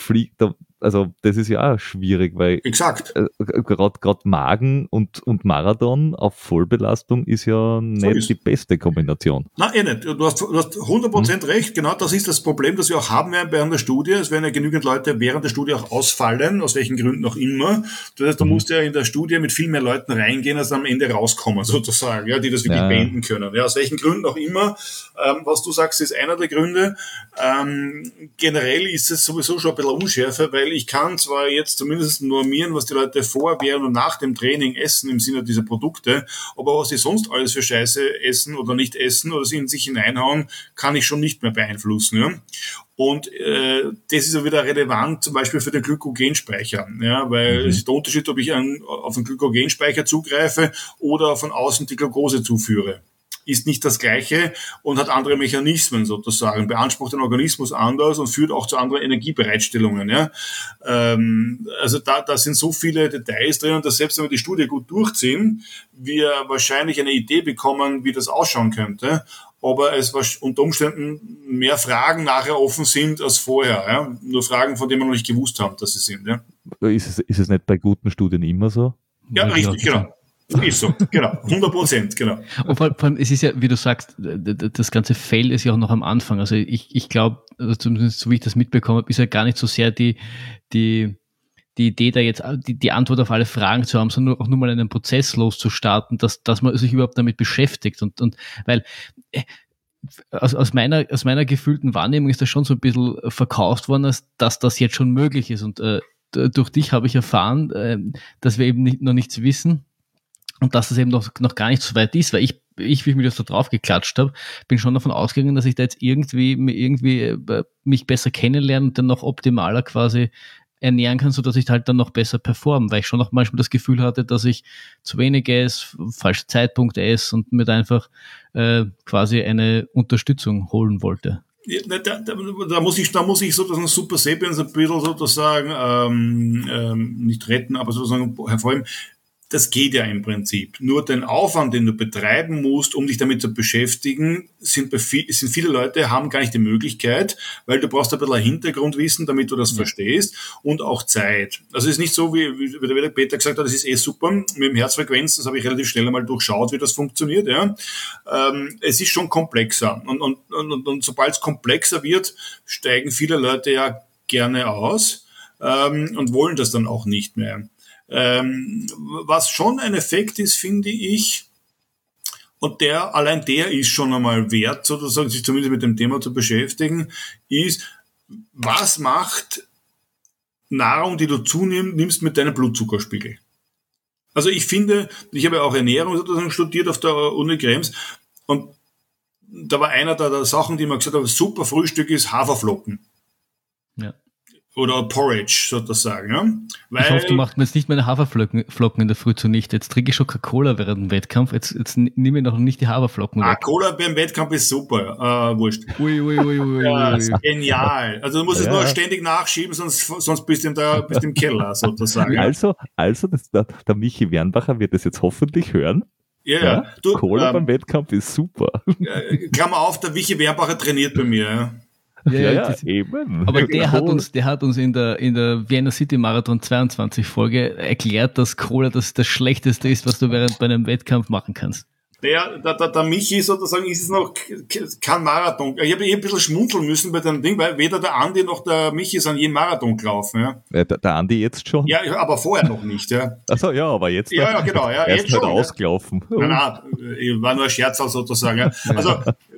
das ist ja auch schwierig, weil gerade Magen und Marathon auf Vollbelastung ist ja nicht die beste Kombination. Nein, nicht. Du hast 100% recht. Genau, das ist das Problem, das wir auch haben werden während der Studie. Es werden ja genügend Leute während der Studie auch ausfallen, aus welchen Gründen auch immer. Das heißt, du musst ja in der Studie mit viel mehr Leuten reingehen, als am Ende rauskommen, sozusagen, ja, die das wirklich beenden können. Ja, aus welchen Gründen auch immer. Was du sagst, ist einer der Gründe. Generell ist es sowieso schon ein bisschen unschärfer, weil ich kann zwar jetzt zumindest normieren, was die Leute vor, während und nach dem Training essen im Sinne dieser Produkte, aber was sie sonst alles für Scheiße essen oder nicht essen oder sie in sich hineinhauen, kann ich schon nicht mehr beeinflussen. Ja? Und das ist ja wieder relevant, zum Beispiel für den Glykogenspeicher, ja, weil es ist der Unterschied, ob ich auf den Glykogenspeicher zugreife oder von außen die Glucose zuführe. Ist nicht das Gleiche und hat andere Mechanismen sozusagen, beansprucht den Organismus anders und führt auch zu anderen Energiebereitstellungen. Ja? Also da sind so viele Details drin, dass selbst wenn wir die Studie gut durchziehen, wir wahrscheinlich eine Idee bekommen, wie das ausschauen könnte, aber es unter Umständen mehr Fragen nachher offen sind als vorher. Ja? Nur Fragen, von denen wir noch nicht gewusst haben, dass sie sind. Ja? Ist es nicht bei guten Studien immer so? Ja, richtig, genau. Ist so, genau, 100%, genau. Und vor allem, es ist ja, wie du sagst, das ganze Feld ist ja auch noch am Anfang. Also ich glaube, also zumindest so wie ich das mitbekommen habe, ist ja gar nicht so sehr die Idee, da jetzt die Antwort auf alle Fragen zu haben, sondern auch nur mal einen Prozess loszustarten, dass man sich überhaupt damit beschäftigt. Und weil aus meiner gefühlten Wahrnehmung ist das schon so ein bisschen verkauft worden, dass das jetzt schon möglich ist. Und durch dich habe ich erfahren, dass wir eben noch nichts wissen. Und dass das eben noch gar nicht so weit ist, weil ich, wie ich mir das da drauf geklatscht habe, bin schon davon ausgegangen, dass ich da jetzt irgendwie mich besser kennenlernen und dann noch optimaler quasi ernähren kann, sodass ich halt dann noch besser performe, weil ich schon noch manchmal das Gefühl hatte, dass ich zu wenig esse, falsche Zeitpunkt esse und mir da einfach quasi eine Unterstützung holen wollte. Ja, da muss ich sozusagen Super Sapiens ein bisschen sozusagen nicht retten, aber sozusagen hervorheben. Das geht ja im Prinzip. Nur den Aufwand, den du betreiben musst, um dich damit zu beschäftigen, sind viele Leute, haben gar nicht die Möglichkeit, weil du brauchst ein bisschen Hintergrundwissen, damit du das verstehst und auch Zeit. Also es ist nicht so, wie der Peter gesagt hat, das ist super mit dem Herzfrequenz, das habe ich relativ schnell einmal durchschaut, wie das funktioniert. Ja. Es ist schon komplexer und sobald es komplexer wird, steigen viele Leute ja gerne aus und wollen das dann auch nicht mehr. Was schon ein Effekt ist, finde ich, und allein der ist schon einmal wert, sozusagen, sich zumindest mit dem Thema zu beschäftigen, ist, was macht Nahrung, die du zunimmst, mit deinem Blutzuckerspiegel? Also ich finde, ich habe ja auch Ernährung sozusagen studiert auf der Uni Krems und da war einer der Sachen, die man gesagt hat, super Frühstück ist Haferflocken. Ja. Oder Porridge, sozusagen. Ja? Weil, ich hoffe, du machst mir jetzt nicht meine Haferflocken in der Früh zunichte. Jetzt trinke ich schon Coca-Cola während dem Wettkampf. Jetzt nehme ich noch nicht die Haferflocken weg. Cola beim Wettkampf ist super. Wurscht. Ui. Ja, ist genial. Also du musst es nur ständig nachschieben, sonst bist du im Keller, sozusagen. Also der Michi Wernbacher wird das jetzt hoffentlich hören. Ja. Cola beim Wettkampf ist super. Klammer auf, der Michi Wernbacher trainiert bei mir, ja. Ja, eben. Aber der hat uns in der Vienna City Marathon 22 Folge erklärt, dass Cola das Schlechteste ist, was du bei einem Wettkampf machen kannst. Ja, der Michi sozusagen ist es noch kein Marathon. Ich habe ein bisschen schmunzeln müssen bei dem Ding, weil weder der Andi noch der Michi sind je Marathon gelaufen. Ja. Der Andi jetzt schon? Ja, aber vorher noch nicht. Ja. Achso, ja, aber jetzt. Ja, genau. Ja, jetzt schon. Ausgelaufen. Nein, war nur ein Scherz sozusagen. Ja. Also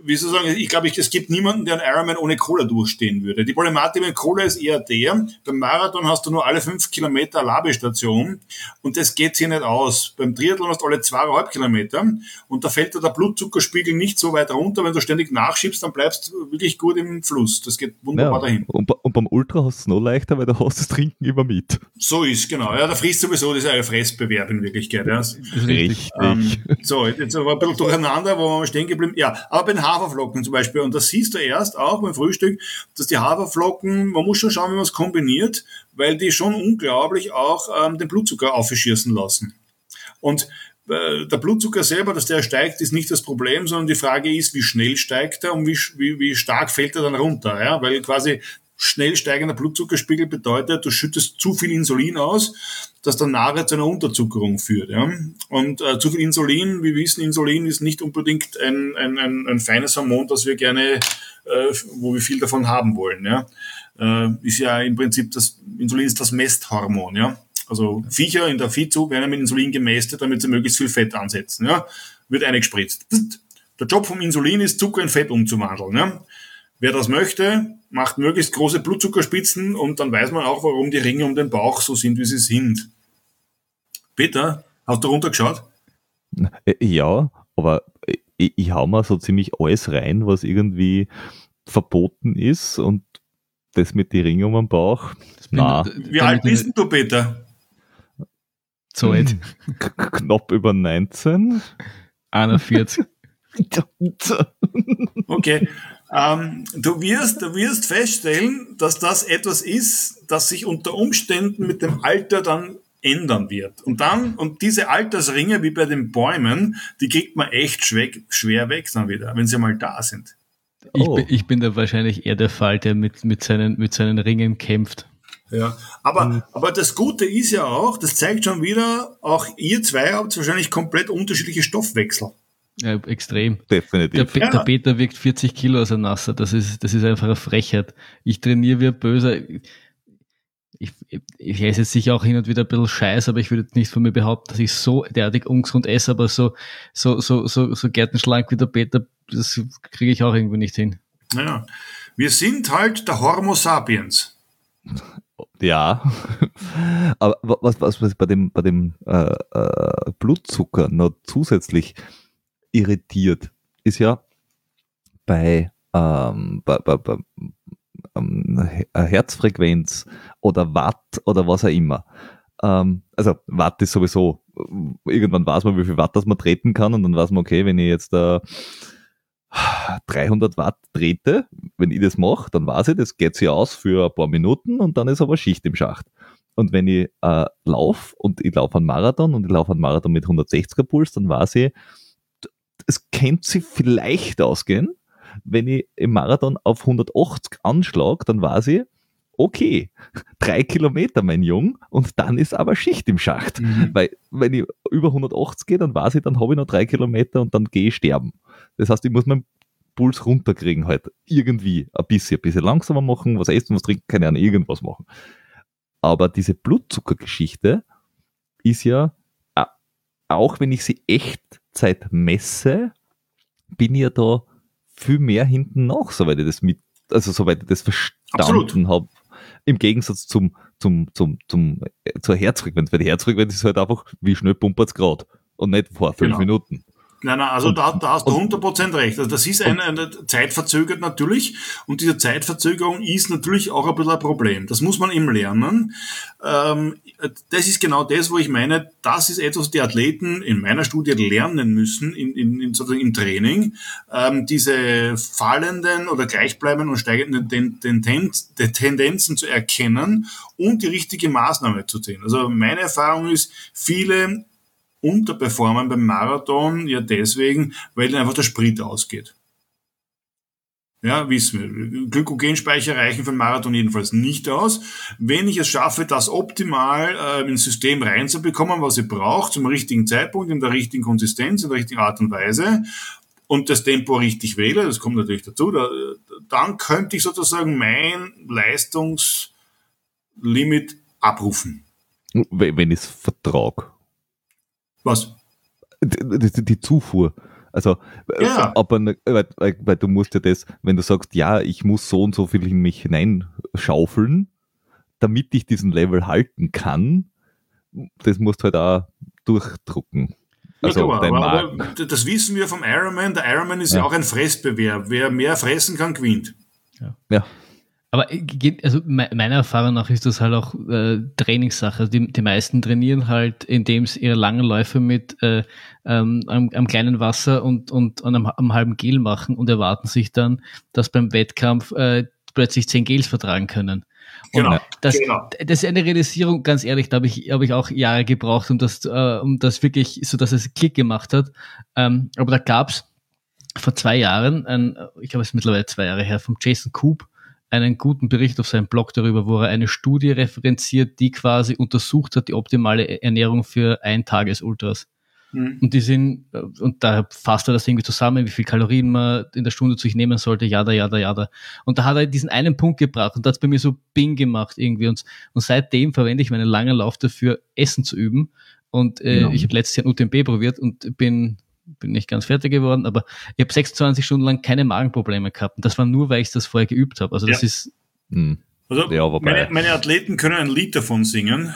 wie soll ich sagen, ich glaube, es gibt niemanden, der einen Ironman ohne Cola durchstehen würde. Die Problematik mit Cola ist eher beim Marathon hast du nur alle 5 Kilometer eine Labestation und das geht hier nicht aus. Beim Triathlon hast du alle 2,5 Kilometer und da fällt dir der Blutzuckerspiegel nicht so weit runter, wenn du ständig nachschiebst, dann bleibst du wirklich gut im Fluss. Das geht wunderbar dahin. Und beim Ultra hast du es noch leichter, weil da hast du das Trinken immer mit. So ist, genau. Ja, da frisst sowieso, das ist ein Fressbewerb in Wirklichkeit. Ja. Richtig. So, jetzt war ein bisschen durcheinander, wo wir stehen geblieben. Ja, aber bei den Haferflocken zum Beispiel, und das siehst du erst auch beim Frühstück, dass die Haferflocken, man muss schon schauen, wie man es kombiniert, weil die schon unglaublich auch den Blutzucker aufschießen lassen. Und der Blutzucker selber, dass der steigt, ist nicht das Problem, sondern die Frage ist, wie schnell steigt er und wie stark fällt er dann runter. Ja? Weil quasi schnell steigender Blutzuckerspiegel bedeutet, du schüttest zu viel Insulin aus, das dann nachher zu einer Unterzuckerung führt. Ja? Und zu viel Insulin, wir wissen, Insulin ist nicht unbedingt ein feines Hormon, das wir gerne, wo wir viel davon haben wollen. Ja? Ist ja im Prinzip Insulin ist das Mesthormon. Ja? Also Viecher in der Viehzucht werden mit Insulin gemästet, damit sie möglichst viel Fett ansetzen. Ja? Wird eingespritzt. Der Job vom Insulin ist, Zucker in Fett umzuwandeln. Ja? Wer das möchte, macht möglichst große Blutzuckerspitzen und dann weiß man auch, warum die Ringe um den Bauch so sind, wie sie sind. Peter, hast du runtergeschaut? Ja, aber ich hau mal so ziemlich alles rein, was irgendwie verboten ist und das mit den Ringen um den Bauch. Wie alt bist du, Peter? So alt. Knapp über 19. 41. Okay. Du wirst feststellen, dass das etwas ist, das sich unter Umständen mit dem Alter dann ändern wird. Und diese Altersringe, wie bei den Bäumen, die kriegt man echt schwer weg dann wieder, wenn sie mal da sind. Ich bin da wahrscheinlich eher der Fall, der mit seinen Ringen kämpft. Ja, aber das Gute ist ja auch, das zeigt schon wieder, auch ihr zwei habt wahrscheinlich komplett unterschiedliche Stoffwechsel. Ja, extrem. Definitiv. Der Peter wiegt 40 Kilo als ein Nasser. Das ist einfach eine Frechheit. Ich trainiere wie ein Böser. Ich esse jetzt sicher auch hin und wieder ein bisschen Scheiß, aber ich würde jetzt nicht von mir behaupten, dass ich so derartig ungesund esse, aber so gärtenschlank wie der Peter, das kriege ich auch irgendwie nicht hin. Naja, wir sind halt der Homo sapiens. Ja, aber was bei dem Blutzucker noch zusätzlich irritiert, ist ja bei Herzfrequenz oder Watt oder was auch immer. Also Watt ist sowieso, irgendwann weiß man, wie viel Watt das man treten kann und dann weiß man, okay, wenn ich jetzt 300 Watt trete, wenn ich das mache, dann weiß ich, das geht sich aus für ein paar Minuten und dann ist aber Schicht im Schacht. Und wenn ich laufe und ich laufe einen Marathon und ich laufe einen Marathon mit 160er Puls, dann weiß ich, es könnte sich vielleicht ausgehen, wenn ich im Marathon auf 180 anschlage, dann weiß ich, okay, 3 Kilometer, mein Jung, und dann ist aber Schicht im Schacht. Weil, wenn ich über 180 gehe, dann weiß ich, dann habe ich noch 3 Kilometer und dann gehe ich sterben. Das heißt, ich muss meinen Puls runterkriegen halt. Irgendwie ein bisschen langsamer machen, was essen, was trinken, keine Ahnung, irgendwas machen. Aber diese Blutzuckergeschichte ist ja, auch wenn ich sie Echtzeit messe, bin ich ja da viel mehr hinten nach, soweit ich das verstanden habe. Im Gegensatz zur Herzfrequenz, weil die Herzfrequenz ist halt einfach, wie schnell pumpert es gerade und nicht vor 5 Minuten. Nein, also da hast du 100% recht. Also das ist eine zeitverzögert natürlich und diese Zeitverzögerung ist natürlich auch ein bisschen ein Problem. Das muss man eben lernen. Das ist genau das, wo ich meine, das ist etwas, was die Athleten in meiner Studie lernen müssen sozusagen im Training, diese fallenden oder gleichbleibenden und steigenden Tendenzen zu erkennen und die richtige Maßnahme zu ziehen. Also meine Erfahrung ist, viele unterperformen beim Marathon ja deswegen, weil ihnen einfach der Sprit ausgeht. Ja, wissen wir. Glykogenspeicher reichen für den Marathon jedenfalls nicht aus. Wenn ich es schaffe, das optimal ins System reinzubekommen, was ich brauche, zum richtigen Zeitpunkt, in der richtigen Konsistenz, in der richtigen Art und Weise und das Tempo richtig wähle, das kommt natürlich dazu, dann könnte ich sozusagen mein Leistungslimit abrufen. Wenn ich es vertrage. Was? Die Zufuhr. Also, Ja. aber weil du musst ja das, wenn du sagst, ja, ich muss so und so viel in mich hineinschaufeln, damit ich diesen Level halten kann, das musst du halt auch durchdrucken. Also klar, dein aber Magen. das wissen wir vom Ironman. Der Ironman ist ja Ja. auch ein Fressbewerb. Wer mehr fressen kann, gewinnt. Ja. Aber also meiner Erfahrung nach ist das halt auch Trainingssache. Also die meisten trainieren halt, indem sie ihre langen Läufe mit am kleinen Wasser und am halben Gel machen und erwarten sich dann, dass beim Wettkampf plötzlich 10 Gels vertragen können. Und Genau. das ist eine Realisierung, ganz ehrlich, da habe ich auch Jahre gebraucht, um das wirklich, so dass es Klick gemacht hat. Aber da gab's vor 2 Jahren, ich glaube, es ist mittlerweile 2 Jahre her, vom Jason Koop, einen guten Bericht auf seinem Blog darüber, wo er eine Studie referenziert, die quasi untersucht hat, die optimale Ernährung für Eintages-Ultras. Und und da fasst er das irgendwie zusammen, wie viel Kalorien man in der Stunde zu sich nehmen sollte, jada. Und da hat er diesen einen Punkt gebracht und da hat es bei mir so Bing gemacht irgendwie. Und seitdem verwende ich meinen langen Lauf dafür, Essen zu üben. Und ich habe letztes Jahr ein UTMB probiert und bin nicht ganz fertig geworden, aber ich habe 26 Stunden lang keine Magenprobleme gehabt. Und das war nur, weil ich das vorher geübt habe. Also das ist... Also meine Athleten können ein Lied davon singen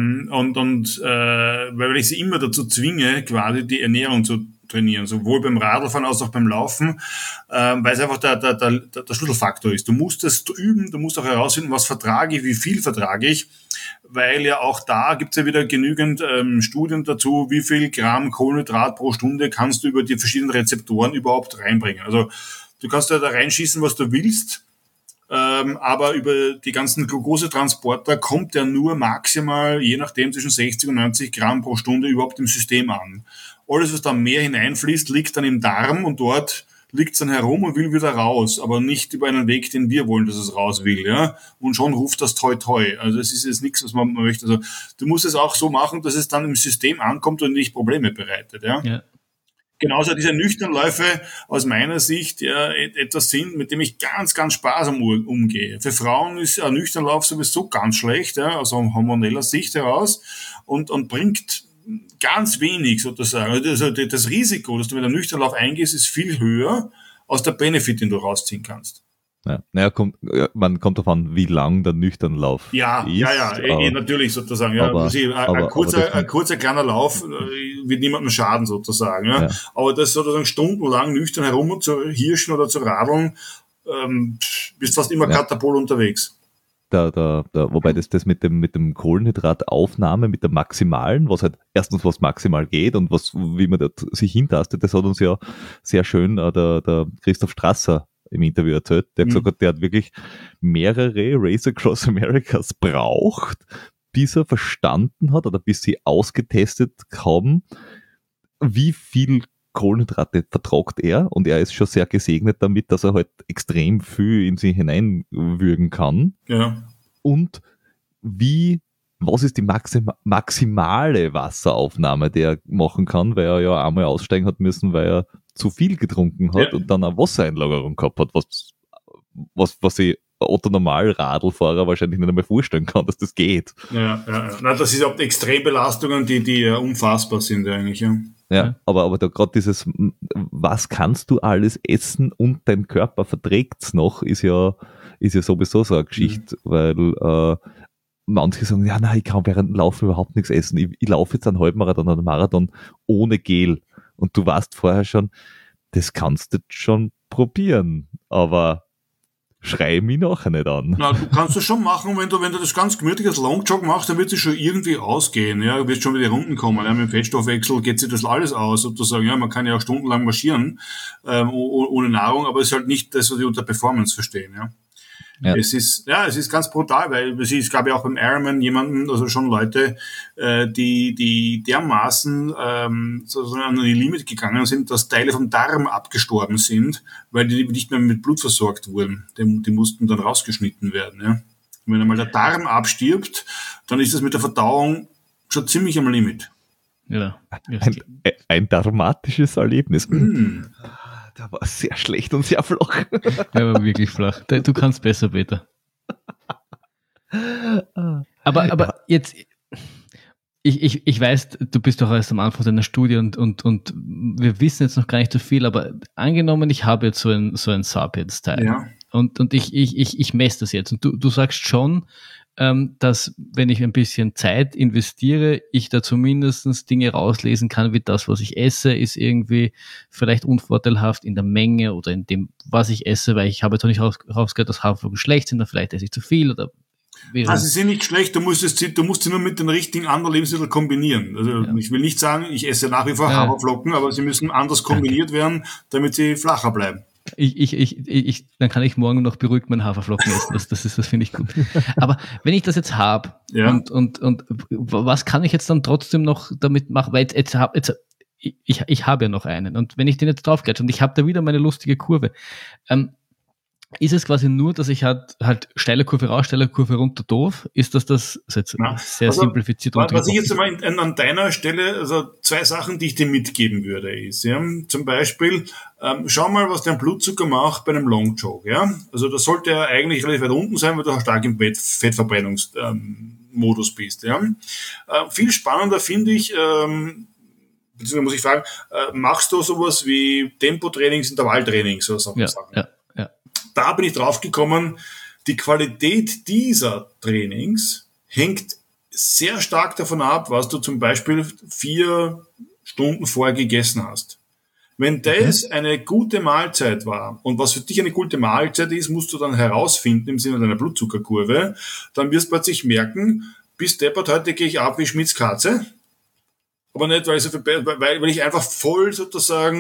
weil ich sie immer dazu zwinge, quasi die Ernährung zu trainieren, sowohl beim Radlfahren als auch beim Laufen, weil es einfach der Schlüsselfaktor ist. Du musst es üben, du musst auch herausfinden, was vertrage ich, wie viel vertrage ich, weil ja auch da gibt es ja wieder genügend Studien dazu, wie viel Gramm Kohlenhydrat pro Stunde kannst du über die verschiedenen Rezeptoren überhaupt reinbringen. Also du kannst ja da reinschießen, was du willst, aber über die ganzen Glukosetransporter kommt ja nur maximal, je nachdem, zwischen 60 und 90 Gramm pro Stunde überhaupt im System an. Alles, was da mehr hineinfließt, liegt dann im Darm und dort liegt es dann herum und will wieder raus, aber nicht über einen Weg, den wir wollen, dass es raus will, ja. Und schon ruft das toi toi. Also es ist jetzt nichts, was man möchte. Also du musst es auch so machen, dass es dann im System ankommt und nicht Probleme bereitet, ja. Genauso diese Nüchternläufe aus meiner Sicht ja etwas sind, mit dem ich ganz, ganz sparsam umgehe. Für Frauen ist ein Nüchternlauf sowieso ganz schlecht, ja, aus hormoneller Sicht heraus und bringt ganz wenig sozusagen. Also das Risiko, dass du mit einem Nüchternlauf eingehst, ist viel höher als der Benefit, den du rausziehen kannst. Ja, man kommt davon, wie lang der Nüchternlauf ist. Ja, natürlich sozusagen. Ja, ein kurzer kleiner Lauf wird niemandem schaden sozusagen. Ja. Aber das sozusagen stundenlang nüchtern herum zu hirschen oder zu radeln, bist fast immer Katapult unterwegs. Wobei das mit dem Kohlenhydrataufnahme, mit der maximalen, was halt erstens was maximal geht und wie man sich hintastet, das hat uns ja sehr schön der Christoph Strasser im Interview erzählt, der gesagt hat, der hat wirklich mehrere Race Across Americas braucht, bis er verstanden hat oder bis sie ausgetestet haben, wie viel Kohlenhydrate vertragt er, und er ist schon sehr gesegnet damit, dass er halt extrem viel in sich hineinwürgen kann. Ja. Und was ist die maximale Wasseraufnahme, die er machen kann, weil er ja einmal aussteigen hat müssen, weil er zu viel getrunken hat und dann eine Wassereinlagerung gehabt hat, was sich Otto Normal-Radlfahrer wahrscheinlich nicht einmal vorstellen kann, dass das geht. Ja. Na, das ist auch Extrembelastungen, die unfassbar sind eigentlich, ja. Ja, aber da gerade dieses, was kannst du alles essen und dein Körper verträgt's noch, ist ja sowieso so eine Geschichte, weil manche sagen, ja, nein, ich kann während dem Laufen überhaupt nichts essen. Ich laufe jetzt einen Halbmarathon oder einen Marathon ohne Gel. Und du weißt vorher schon, das kannst du schon probieren, aber schrei mich nachher nicht an. Na, du kannst das schon machen, wenn du das ganz gemütlich als Longjog machst, dann wird es schon irgendwie ausgehen, ja, du wirst schon wieder Runden kommen, ja, mit dem Fettstoffwechsel geht sich das alles aus, sozusagen, ja, man kann ja auch stundenlang marschieren, ohne Nahrung, aber es ist halt nicht das, was wir unter Performance verstehen, ja. Ja. Es ist ganz brutal, weil es gab ja auch beim Ironman jemanden, also schon Leute, die dermaßen sozusagen an die Limit gegangen sind, dass Teile vom Darm abgestorben sind, weil die nicht mehr mit Blut versorgt wurden. Die mussten dann rausgeschnitten werden. Ja. Und wenn einmal der Darm abstirbt, dann ist das mit der Verdauung schon ziemlich am Limit. Ja. Ein dramatisches Erlebnis. Der war sehr schlecht und sehr flach. Der war wirklich flach. Du kannst besser, Peter. Aber jetzt Ich weiß, du bist doch erst am Anfang deiner Studie und wir wissen jetzt noch gar nicht so viel, aber angenommen, ich habe jetzt so ein Sapiens-Teil und ich messe das jetzt und du sagst schon, dass wenn ich ein bisschen Zeit investiere, ich da zumindest Dinge rauslesen kann, wie das, was ich esse, ist irgendwie vielleicht unvorteilhaft in der Menge oder in dem, was ich esse, weil ich habe jetzt noch nicht rausgehört, dass Haferflocken schlecht sind, dann vielleicht esse ich zu viel oder also sie sind nicht schlecht, du musst sie nur mit den richtigen anderen Lebensmitteln kombinieren. Also ich will nicht sagen, ich esse nach wie vor Haferflocken, aber sie müssen anders kombiniert werden, damit sie flacher bleiben. Dann kann ich morgen noch beruhigt meinen Haferflocken essen. Das finde ich gut. Aber wenn ich das jetzt habe und was kann ich jetzt dann trotzdem noch damit machen? Weil ich habe ja noch einen und wenn ich den jetzt draufgreife und ich habe da wieder meine lustige Kurve, ist es quasi nur, dass ich halt steile Kurve raus, steile Kurve runter doof? Ist das jetzt sehr simplifiziert? Was ich jetzt mal an deiner Stelle, also 2 Sachen, die ich dir mitgeben würde, ist, zum Beispiel, schau mal, was dein Blutzucker macht bei einem Long Jog, Also das sollte ja eigentlich relativ weit unten sein, weil du stark im Fettverbrennungsmodus bist, Viel spannender finde ich, beziehungsweise muss ich fragen, machst du sowas wie Tempotrainings, Intervalltrainings oder so Sachen? Ja. Da bin ich drauf gekommen, die Qualität dieser Trainings hängt sehr stark davon ab, was du zum Beispiel 4 Stunden vorher gegessen hast. Wenn das eine gute Mahlzeit war und was für dich eine gute Mahlzeit ist, musst du dann herausfinden im Sinne deiner Blutzuckerkurve, dann wirst du plötzlich merken, bis deppert, heute gehe ich ab wie Schmitz Katze. Aber nicht, weil ich einfach voll sozusagen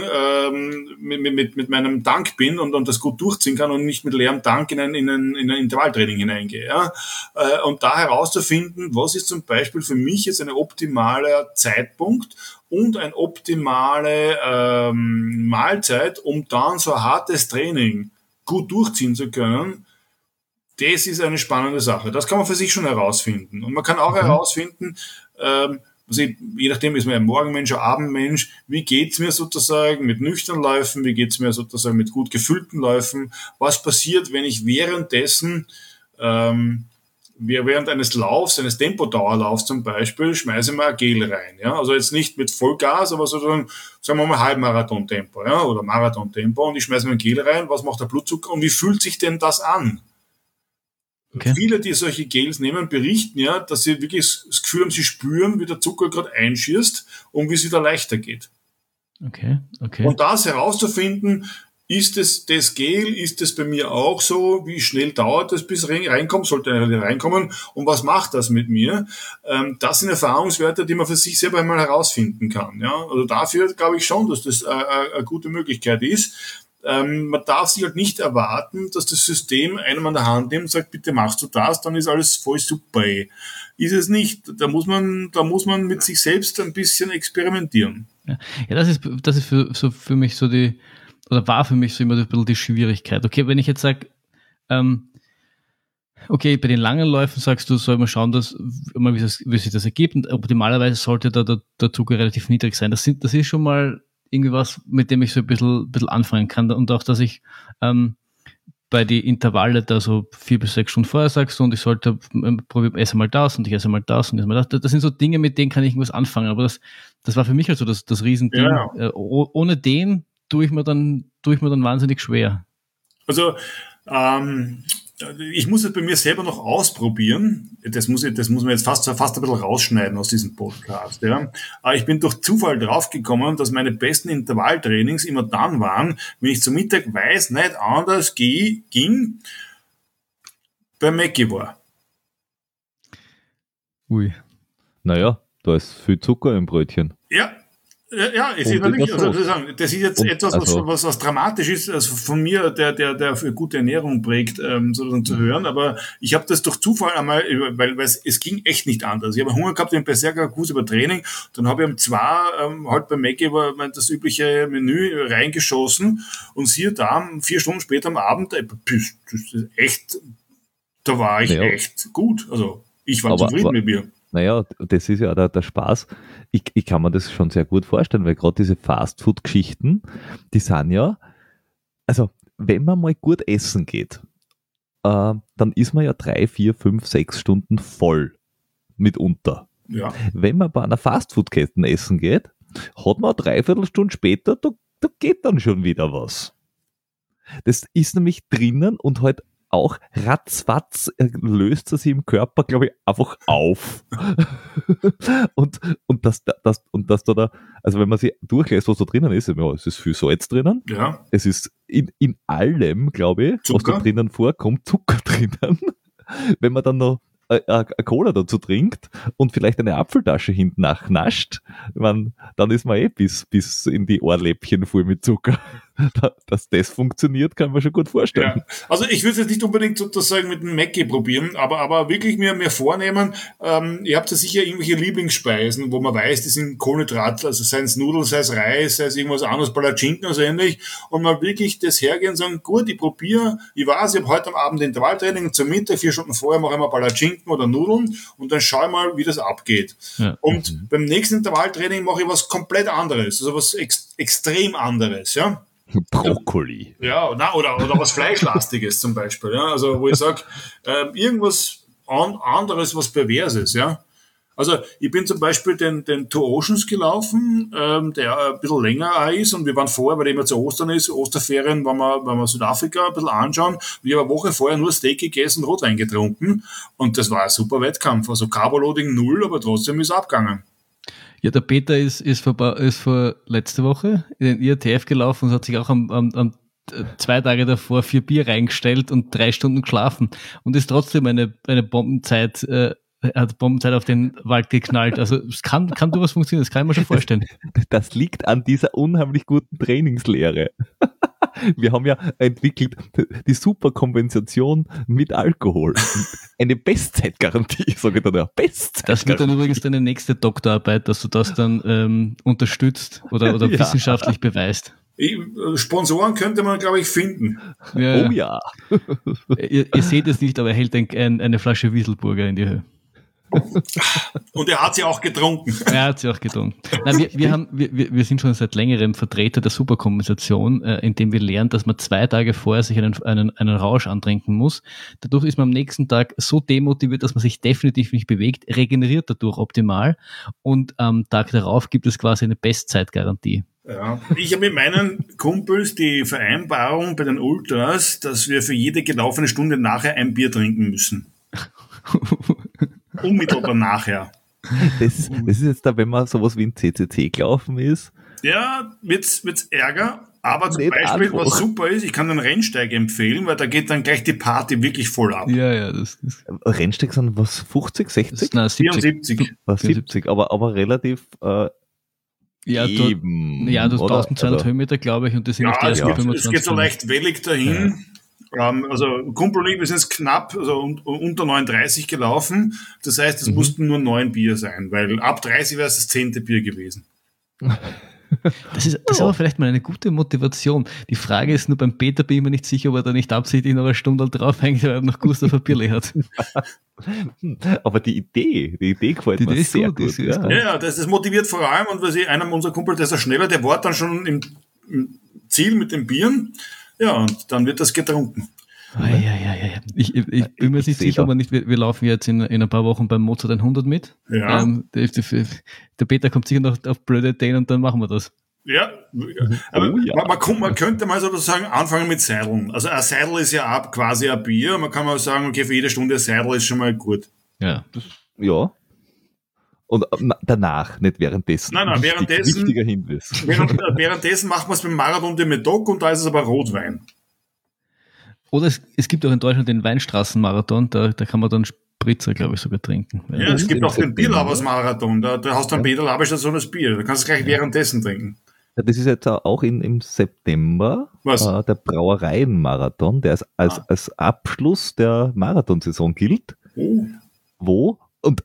mit meinem Tank bin und das gut durchziehen kann und nicht mit leerem Tank in ein Intervalltraining hineingehe. Und da herauszufinden, was ist zum Beispiel für mich jetzt ein optimaler Zeitpunkt und eine optimale Mahlzeit, um dann so ein hartes Training gut durchziehen zu können. Das ist eine spannende Sache. Das kann man für sich schon herausfinden. Und man kann auch herausfinden, also je nachdem ist man ein Morgenmensch, ein Abendmensch, wie geht's mir sozusagen mit nüchternen Läufen, wie geht's mir sozusagen mit gut gefüllten Läufen, was passiert, wenn ich währenddessen, während eines Laufs, eines Tempodauerlaufs zum Beispiel, schmeiße ich mal ein Gel rein, also jetzt nicht mit Vollgas, aber sozusagen, sagen wir mal Halbmarathon-Tempo, oder Marathon-Tempo und ich schmeiße mal ein Gel rein, was macht der Blutzucker und wie fühlt sich denn das an? Okay. Viele, die solche Gels nehmen, berichten dass sie wirklich das Gefühl haben, sie spüren, wie der Zucker gerade einschießt und wie es wieder leichter geht. Okay. Und das herauszufinden, ist es das Gel, ist es bei mir auch so, wie schnell dauert es, bis reinkommt, sollte er reinkommen und was macht das mit mir? Das sind Erfahrungswerte, die man für sich selber einmal herausfinden kann. Also dafür glaube ich schon, dass das eine gute Möglichkeit ist. Man darf sich halt nicht erwarten, dass das System einem an der Hand nimmt und sagt, bitte machst du das, dann ist alles voll super. Ist es nicht. Da muss man mit sich selbst ein bisschen experimentieren. Ja, das ist für mich so war für mich so immer ein bisschen die Schwierigkeit. Okay, wenn ich jetzt sage, okay, bei den langen Läufen sagst du, soll man schauen, wie sich das ergibt und optimalerweise sollte da der Zucker relativ niedrig sein. Das ist schon mal irgendwie was, mit dem ich so ein bisschen anfangen kann und auch, dass ich bei die Intervalle da so 4 bis 6 Stunden vorher sagst du und ich sollte esse mal das und ich esse mal das und esse mal das. Das sind so Dinge, mit denen kann ich irgendwas anfangen, aber das war für mich halt so das Riesending. Ja. Ohne dem tue ich mir dann wahnsinnig schwer. Also ich muss es bei mir selber noch ausprobieren. Das muss man jetzt fast ein bisschen rausschneiden aus diesem Podcast. Aber ich bin durch Zufall draufgekommen, dass meine besten Intervalltrainings immer dann waren, wenn ich zum Mittag nicht anders ging, bei Mackie war. Ui. Naja, da ist viel Zucker im Brötchen. Ja, es ist natürlich, das ist jetzt etwas, was dramatisch ist, also von mir, der für gute Ernährung prägt, sozusagen zu hören, aber ich habe das durch Zufall einmal, weil es ging echt nicht anders. Ich habe Hunger gehabt, den Berserker-Kurs über Training, dann habe ich um 2 halt bei Mackie das übliche Menü reingeschossen und siehe da, 4 Stunden später am Abend, das ist echt, da war ich echt gut, also ich war zufrieden mit mir. Naja, das ist ja auch der Spaß. Ich kann mir das schon sehr gut vorstellen, weil gerade diese Fastfood-Geschichten, die sind ja, also wenn man mal gut essen geht, dann ist man ja 3, 4, 5, 6 Stunden voll mitunter. Ja. Wenn man bei einer Fastfood-Kette essen geht, hat man 3/4 Stunde später, da geht dann schon wieder was. Das ist nämlich drinnen und halt auch ratzfatz löst es sich im Körper, glaube ich, einfach auf. und dass da, also wenn man sich durchlässt, was da drinnen ist, ja, es ist viel Salz drinnen, Ja. es ist in allem, glaube ich, Zucker. was da drinnen vorkommt, Zucker drinnen. Wenn man dann noch eine Cola dazu trinkt und vielleicht eine Apfeltasche hinten nachnascht, dann ist man bis in die Ohrläppchen voll mit Zucker. Dass das funktioniert, kann man schon gut vorstellen. Ja. Also ich würde es jetzt nicht unbedingt sozusagen mit dem Mackie probieren, aber wirklich mir vornehmen, ihr habt ja sicher irgendwelche Lieblingsspeisen, wo man weiß, die sind Kohlenhydrat, also sei es Nudeln, sei es Reis, sei es irgendwas anderes, Palatschinken oder so ähnlich, und mal wirklich das hergehen und sagen, gut, ich probiere, ich weiß, ich habe heute am Abend Intervalltraining und zum Mittag, 4 Stunden vorher mache ich mal Palatschinken oder Nudeln und dann schaue ich mal, wie das abgeht. Ja. Und beim nächsten Intervalltraining mache ich was komplett anderes, also was extrem anderes, ja. Brokkoli. Ja, oder was Fleischlastiges zum Beispiel. Ja? Also wo ich sage, irgendwas anderes, was Perverses. Ja? Also ich bin zum Beispiel den Two Oceans gelaufen, der ein bisschen länger auch ist, und wir waren vorher, weil immer zu Ostern ist, Osterferien, wenn wir Südafrika ein bisschen anschauen, und ich habe eine Woche vorher nur Steak gegessen, Rotwein getrunken, und das war ein super Wettkampf. Also Carboloading 0, aber trotzdem ist abgegangen. Ja, der Peter ist vor letzte Woche in den IATF gelaufen und hat sich auch am 2 Tage davor 4 Bier reingestellt und 3 Stunden geschlafen und ist trotzdem eine Bombenzeit, hat Bombenzeit auf den Wald geknallt. Also es kann durchaus funktionieren, das kann ich mir schon vorstellen. Das liegt an dieser unheimlich guten Trainingslehre. Wir haben ja entwickelt die Superkompensation mit Alkohol. Eine Bestzeitgarantie, sage ich dann ja. Bestzeitgarantie. Das wird dann übrigens deine nächste Doktorarbeit, dass du das dann unterstützt oder Ja. wissenschaftlich beweist. Sponsoren könnte man, glaube ich, finden. Ja, Oh ja. Ihr seht es nicht, aber er hält eine Flasche Wieselburger in die Höhe. Und er hat sie auch getrunken. Er hat sie auch getrunken. Nein, wir sind schon seit längerem Vertreter der Superkompensation, indem wir lernen, dass man 2 Tage vorher sich einen Rausch antrinken muss. Dadurch ist man am nächsten Tag so demotiviert, dass man sich definitiv nicht bewegt, regeneriert dadurch optimal, und am Tag darauf gibt es quasi eine Bestzeitgarantie. Ja. Ich habe mit meinen Kumpels die Vereinbarung bei den Ultras, dass wir für jede gelaufene Stunde nachher ein Bier trinken müssen. Unmittelbar nachher. Das ist jetzt da, wenn man sowas wie ein CCC gelaufen ist. Ja, wird's Ärger, aber zum Nicht Beispiel, einfach. was super ist, ich kann den Rennsteig empfehlen, weil da geht dann gleich die Party wirklich voll ab. Ja, das Rennsteig sind was, 50, 60? na, 70. 74. 70, aber relativ Ja, eben. du hast oder? 1200 Höhenmeter, glaube ich, und das sind auf die Ja, ersten es 25 geht so Kilometer. leicht wellig dahin. Also Kumpel und ich, wir sind jetzt knapp, also unter 39 gelaufen. Das heißt, es mussten nur 9 Bier sein, weil ab 30 wäre es das 10. Bier gewesen. Das ist aber vielleicht mal eine gute Motivation. Die Frage ist nur, beim Peter bin ich mir nicht sicher, ob er da nicht absichtlich noch eine Stunde draufhängt, weil er noch Gustav ein Bierle hat. Aber die Idee gefällt mir ist sehr gut, gut. ist gut. Ja, das motiviert vor allem, und einer unserer Kumpel, der ist ja schneller, der war dann schon im Ziel mit den Bieren. Ja, und dann wird das getrunken. Ich bin mir jetzt nicht sehe sicher, da. aber wir laufen jetzt in ein paar Wochen beim Mozart 100 mit. Ja. Der Peter kommt sicher noch auf blöde Ideen und dann machen wir das. Ja, aber Oh ja. man könnte mal sozusagen anfangen mit Seideln. Also ein Seidel ist ja quasi ein Bier. Man kann mal sagen, okay, für jede Stunde ein Seidel ist schon mal gut. Ja. Ja. Und danach, nicht währenddessen. Nein, währenddessen. Wichtiger Hinweis. Währenddessen macht man es beim Marathon de Medoc, und da ist es aber Rotwein. Oder es gibt auch in Deutschland den Weinstraßenmarathon, da kann man dann Spritzer, glaube ich, sogar trinken. Ja, es gibt im auch den September. Bierlabers-Marathon. Da hast du einen Peter Laberstadt das Bier. Da kannst du es gleich währenddessen trinken. Ja, das ist jetzt auch im September Was? Der Brauereien-Marathon, der als Abschluss der Marathonsaison gilt, Oh. und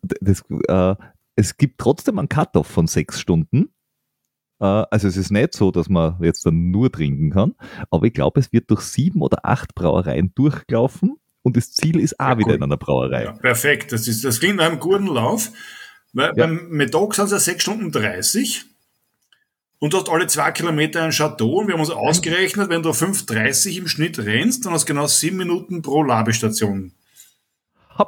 es gibt trotzdem einen Cut-Off von 6 Stunden. Also es ist nicht so, dass man jetzt dann nur trinken kann, aber ich glaube, es wird durch 7 oder 8 Brauereien durchlaufen und das Ziel ist auch wieder cool. in einer Brauerei. Ja, perfekt. Das klingt nach einem guten Lauf. Weil beim Medoc sind es ja 6 Stunden 30. Und du hast alle 2 Kilometer ein Chateau, und wir haben uns ausgerechnet, wenn du 5,30 im Schnitt rennst, dann hast du genau 7 Minuten pro Labestation. Hopp.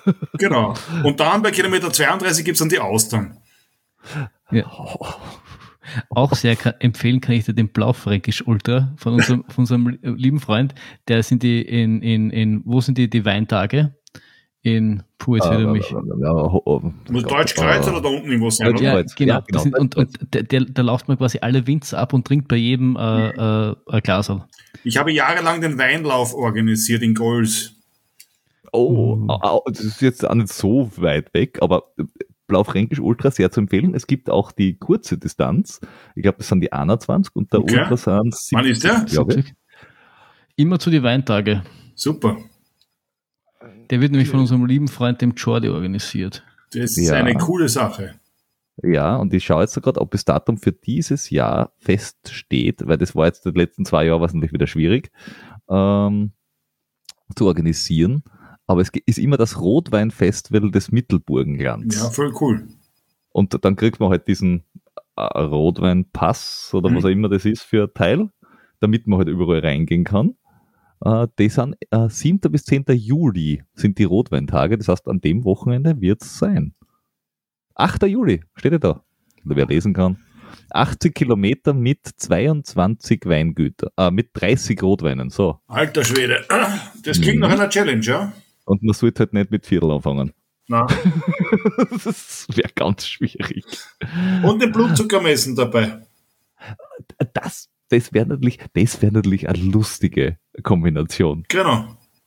Genau. Und dann bei Kilometer 32 gibt es dann die Austern. Ja. Auch sehr empfehlen kann ich dir den Blaufränkisch Ultra von unserem lieben Freund. Der sind die wo sind die Weintage? Jetzt wieder mich. Muss Deutschkreuz oder da unten irgendwo sein, oder? Ja, genau. Ja, genau. Und der lauft man quasi alle Winzer ab und trinkt bei jedem ein Glasl. Ich habe jahrelang den Weinlauf organisiert in Gols. Das ist jetzt auch nicht so weit weg, aber Blaufränkisch Ultra sehr zu empfehlen. Es gibt auch die kurze Distanz. Ich glaube, das sind die 21 und der Okay. Ultra sind 70. Wann ist der? glaube ich. Immer zu die Weintage. Super. Der wird nämlich von unserem lieben Freund, dem Jordi, organisiert. Das ist Ja. eine coole Sache. Ja, und ich schaue jetzt gerade, ob das Datum für dieses Jahr feststeht, weil das war jetzt die letzten 2 Jahre wahrscheinlich wieder schwierig zu organisieren. Aber es ist immer das Rotweinfestival des Mittelburgenlands. Ja, voll cool. Und dann kriegt man halt diesen Rotweinpass oder was auch immer das ist für ein Teil, damit man halt überall reingehen kann. Die sind 7. bis 10. Juli sind die Rotweintage. Das heißt, an dem Wochenende wird es sein. 8. Juli, steht ja da. Oder wer lesen kann. 80 Kilometer mit 22 Weingütern, mit 30 Rotweinen. So. Alter Schwede. Das klingt nach einer Challenge, ja? Und man sollte halt nicht mit Viertel anfangen. Na. Das wäre ganz schwierig. Und den Blutzucker messen dabei. Das wäre natürlich eine lustige Kombination. Genau.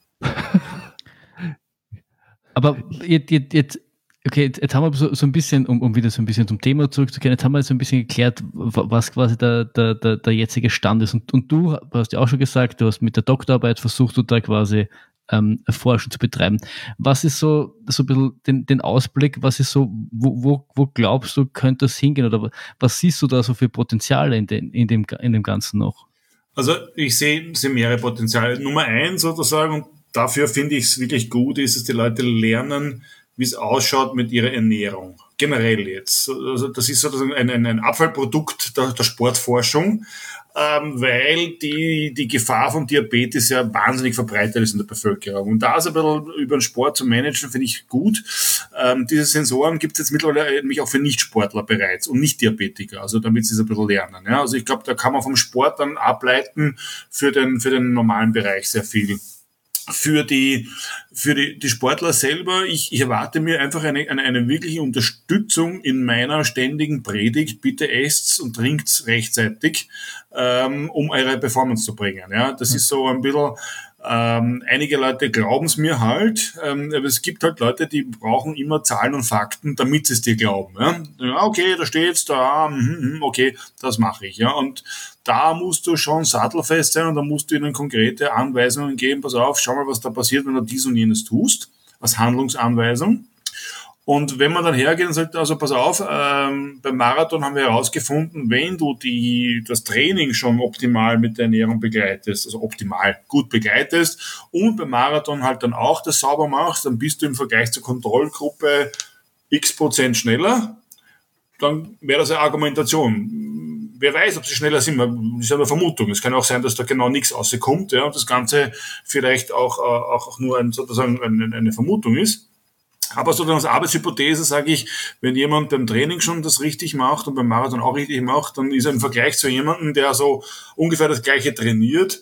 Aber jetzt haben wir so ein bisschen, um wieder so ein bisschen zum Thema zurückzukehren, jetzt haben wir so ein bisschen geklärt, was quasi der jetzige Stand ist. Und du hast ja auch schon gesagt, du hast mit der Doktorarbeit versucht, da quasi Forschung zu betreiben. Was ist so ein bisschen den Ausblick, was ist so, wo glaubst du, könnte das hingehen oder was siehst du da so für Potenziale in dem Ganzen noch? Also ich sehe mehrere Potenziale. Nummer 1 sozusagen, und dafür finde ich es wirklich gut, ist, dass die Leute lernen, wie es ausschaut mit ihrer Ernährung. Generell jetzt. Also das ist sozusagen ein Abfallprodukt der Sportforschung, weil die Gefahr von Diabetes ja wahnsinnig verbreitet ist in der Bevölkerung. Und da ist ein bisschen über den Sport zu managen, finde ich gut. Diese Sensoren gibt es jetzt mittlerweile nämlich auch für Nichtsportler bereits und Nicht-Diabetiker, also damit sie es ein bisschen lernen. Ja? Also ich glaube, da kann man vom Sport dann ableiten für den normalen Bereich sehr viel. Für die Sportler selber, ich erwarte mir einfach eine wirkliche Unterstützung in meiner ständigen Predigt, bitte esst's und trinkt's rechtzeitig, um eure Performance zu bringen. Ja, das ist so ein bisschen, einige Leute glauben es mir halt, aber es gibt halt Leute, die brauchen immer Zahlen und Fakten, damit sie es dir glauben. Ja, okay, da steht's, da, okay, das mache ich. Ja, und da musst du schon sattelfest sein und da musst du ihnen konkrete Anweisungen geben. Pass auf, schau mal, was da passiert, wenn du dies und jenes tust, als Handlungsanweisung. Und wenn man dann hergeht und sagt, also pass auf, beim Marathon haben wir herausgefunden, wenn du das Training schon optimal mit der Ernährung begleitest, also optimal gut begleitest und beim Marathon halt dann auch das sauber machst, dann bist du im Vergleich zur Kontrollgruppe x% schneller, dann wäre das eine Argumentation. Wer weiß, ob sie schneller sind, das ist eine Vermutung. Es kann auch sein, dass da genau nichts rauskommt, ja, und das Ganze vielleicht auch nur sozusagen eine Vermutung ist. Aber sozusagen als Arbeitshypothese sage ich, wenn jemand beim Training schon das richtig macht und beim Marathon auch richtig macht, dann ist er im Vergleich zu jemandem, der so ungefähr das Gleiche trainiert,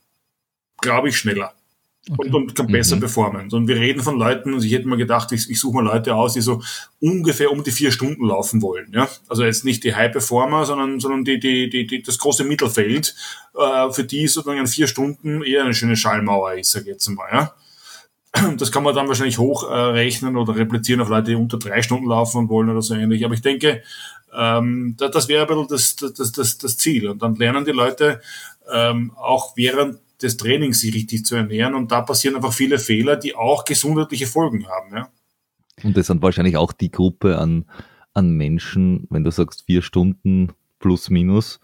glaube ich, schneller. Okay. Und kann besser performen. Und wir reden von Leuten, also ich hätte mal gedacht, ich suche mal Leute aus, die so ungefähr um die 4 Stunden laufen wollen. Ja? Also jetzt nicht die High-Performer, sondern das große Mittelfeld, für die sozusagen 4 Stunden eher eine schöne Schallmauer ist, sag ich jetzt mal. Ja? Das kann man dann wahrscheinlich hochrechnen oder replizieren auf Leute, die unter 3 Stunden laufen wollen oder so ähnlich. Aber ich denke, das wäre ein bisschen das Ziel. Und dann lernen die Leute auch während des Trainings sich richtig zu ernähren. Und da passieren einfach viele Fehler, die auch gesundheitliche Folgen haben. Ja? Und das sind wahrscheinlich auch die Gruppe an Menschen, wenn du sagst 4 Stunden plus minus,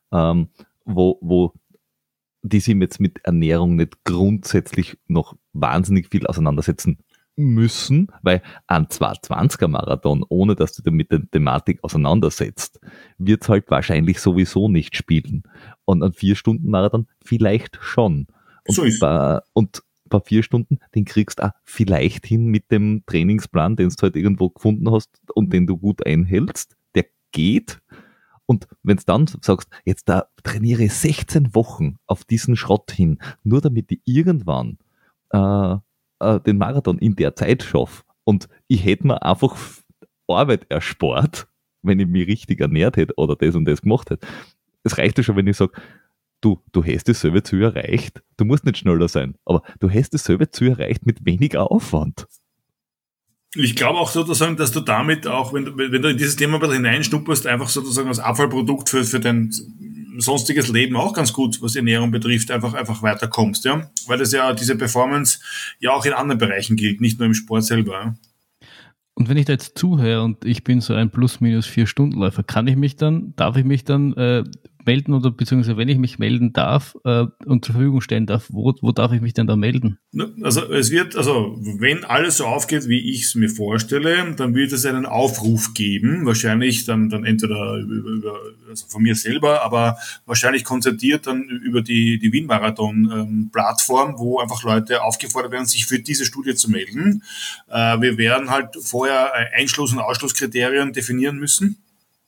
wo die sich jetzt mit Ernährung nicht grundsätzlich noch wahnsinnig viel auseinandersetzen müssen, weil ein 220er-Marathon, ohne dass du dich mit der Thematik auseinandersetzt, wird es halt wahrscheinlich sowieso nicht spielen. Und ein 4-Stunden-Marathon vielleicht schon. Und, so ist. Und paar 4 Stunden, den kriegst du auch vielleicht hin mit dem Trainingsplan, den du halt irgendwo gefunden hast und den du gut einhältst. Der geht. Und wenn du dann sagst, jetzt da trainiere ich 16 Wochen auf diesen Schrott hin, nur damit ich irgendwann den Marathon in der Zeit schaffe und ich hätte mir einfach Arbeit erspart, wenn ich mich richtig ernährt hätte oder das und das gemacht hätte. Es reicht ja schon, wenn ich sage, du hast dasselbe Ziel erreicht, du musst nicht schneller sein, aber du hast dasselbe Ziel erreicht mit weniger Aufwand. Ich glaube auch sozusagen, dass du damit auch, wenn du in dieses Thema ein bisschen hineinschnupperst, einfach sozusagen als Abfallprodukt für dein sonstiges Leben auch ganz gut, was Ernährung betrifft, einfach weiterkommst, ja. Weil das ja diese Performance ja auch in anderen Bereichen gilt, nicht nur im Sport selber. Ja? Und wenn ich da jetzt zuhöre und ich bin so ein Plus-Minus-4-Stunden-Läufer, darf ich mich dann melden oder beziehungsweise wenn ich mich melden darf und zur Verfügung stellen darf, wo darf ich mich denn da melden? Also wenn alles so aufgeht, wie ich es mir vorstelle, dann wird es einen Aufruf geben, wahrscheinlich dann entweder über also von mir selber, aber wahrscheinlich konzertiert dann über die Wien-Marathon-Plattform, wo einfach Leute aufgefordert werden, sich für diese Studie zu melden. Wir werden halt vorher Einschluss- und Ausschlusskriterien definieren müssen.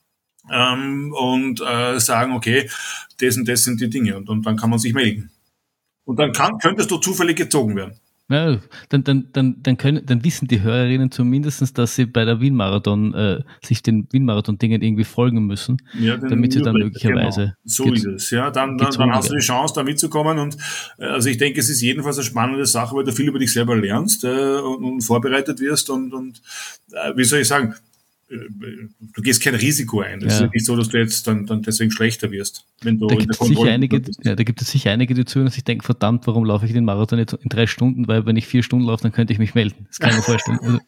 Und sagen, okay, das und das sind die Dinge und dann kann man sich melden. Und dann könntest du zufällig gezogen werden. Ja, dann wissen die Hörerinnen zumindest, dass sie bei der Wien-Marathon sich den Wien-Marathon-Dingen irgendwie folgen müssen, ja, damit sie dann möglicherweise so ist es. Ja, dann hast du die Chance, da mitzukommen und also ich denke, es ist jedenfalls eine spannende Sache, weil du viel über dich selber lernst und vorbereitet wirst und wie soll ich sagen, du gehst kein Risiko ein. Das ist ja nicht so, dass du jetzt dann deswegen schlechter wirst. Wenn du da gibt es sicher einige, die zuhören und sich denken, verdammt, warum laufe ich den Marathon jetzt in 3 Stunden? Weil wenn ich 4 Stunden laufe, dann könnte ich mich melden. Das kann ich mir vorstellen. Also.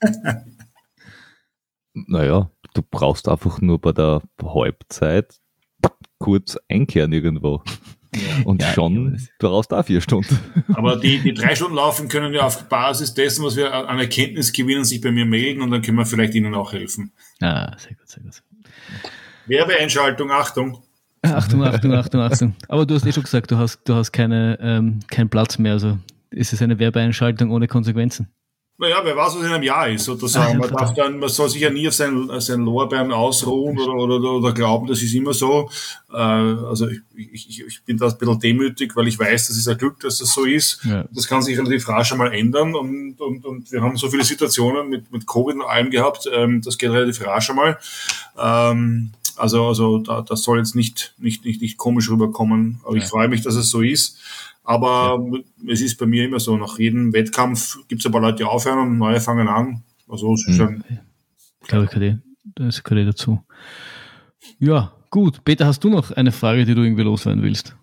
Naja, du brauchst einfach nur bei der Halbzeit kurz einkehren irgendwo. Ja. Und schon, du brauchst auch 4 Stunden. Aber die 3 Stunden laufen können ja auf Basis dessen, was wir an Erkenntnis gewinnen, sich bei mir melden und dann können wir vielleicht Ihnen auch helfen. Ah, sehr gut, sehr gut. Werbeeinschaltung, Achtung. Achtung. Aber du hast schon gesagt, du hast keinen Platz mehr, also ist es eine Werbeeinschaltung ohne Konsequenzen? Naja, wer weiß, was in einem Jahr ist, sozusagen. Man soll sich ja nie auf seinen Lorbeeren ausruhen oder glauben, das ist immer so. Also ich bin da ein bisschen demütig, weil ich weiß, das ist ein Glück, dass das so ist. Ja. Das kann sich relativ rasch einmal ändern und wir haben so viele Situationen mit Covid und allem gehabt, das geht relativ rasch einmal. Also das soll jetzt nicht komisch rüberkommen, aber ich freue mich, dass es so ist. Aber es ist bei mir immer so, nach jedem Wettkampf gibt es ein paar Leute, die aufhören und neue fangen an. Also es ist schon. Ich glaube, das gehört dazu. Ja, gut. Peter, hast du noch eine Frage, die du irgendwie loswerden willst?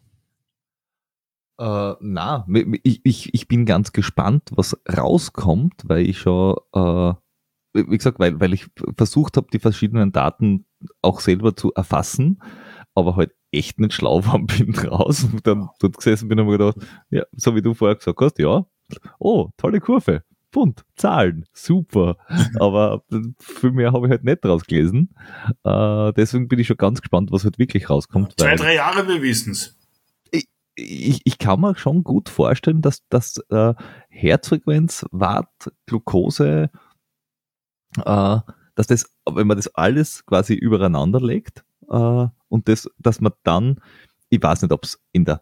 Na, ich bin ganz gespannt, was rauskommt, weil ich schon, wie gesagt, weil ich versucht habe, die verschiedenen Daten auch selber zu erfassen, aber halt echt nicht schlau war, bin raus und dann dort gesessen bin und mir gedacht, ja, so wie du vorher gesagt hast, ja, oh, tolle Kurve, Pfund, Zahlen, super, aber viel mehr habe ich halt nicht rausgelesen. Deswegen bin ich schon ganz gespannt, was halt wirklich rauskommt. 2-3 Jahre, wir wissen's. Ich kann mir schon gut vorstellen, dass Herzfrequenz, Watt, Glucose, dass das, wenn man das alles quasi übereinander legt, und dass man dann, ich weiß nicht, ob es in der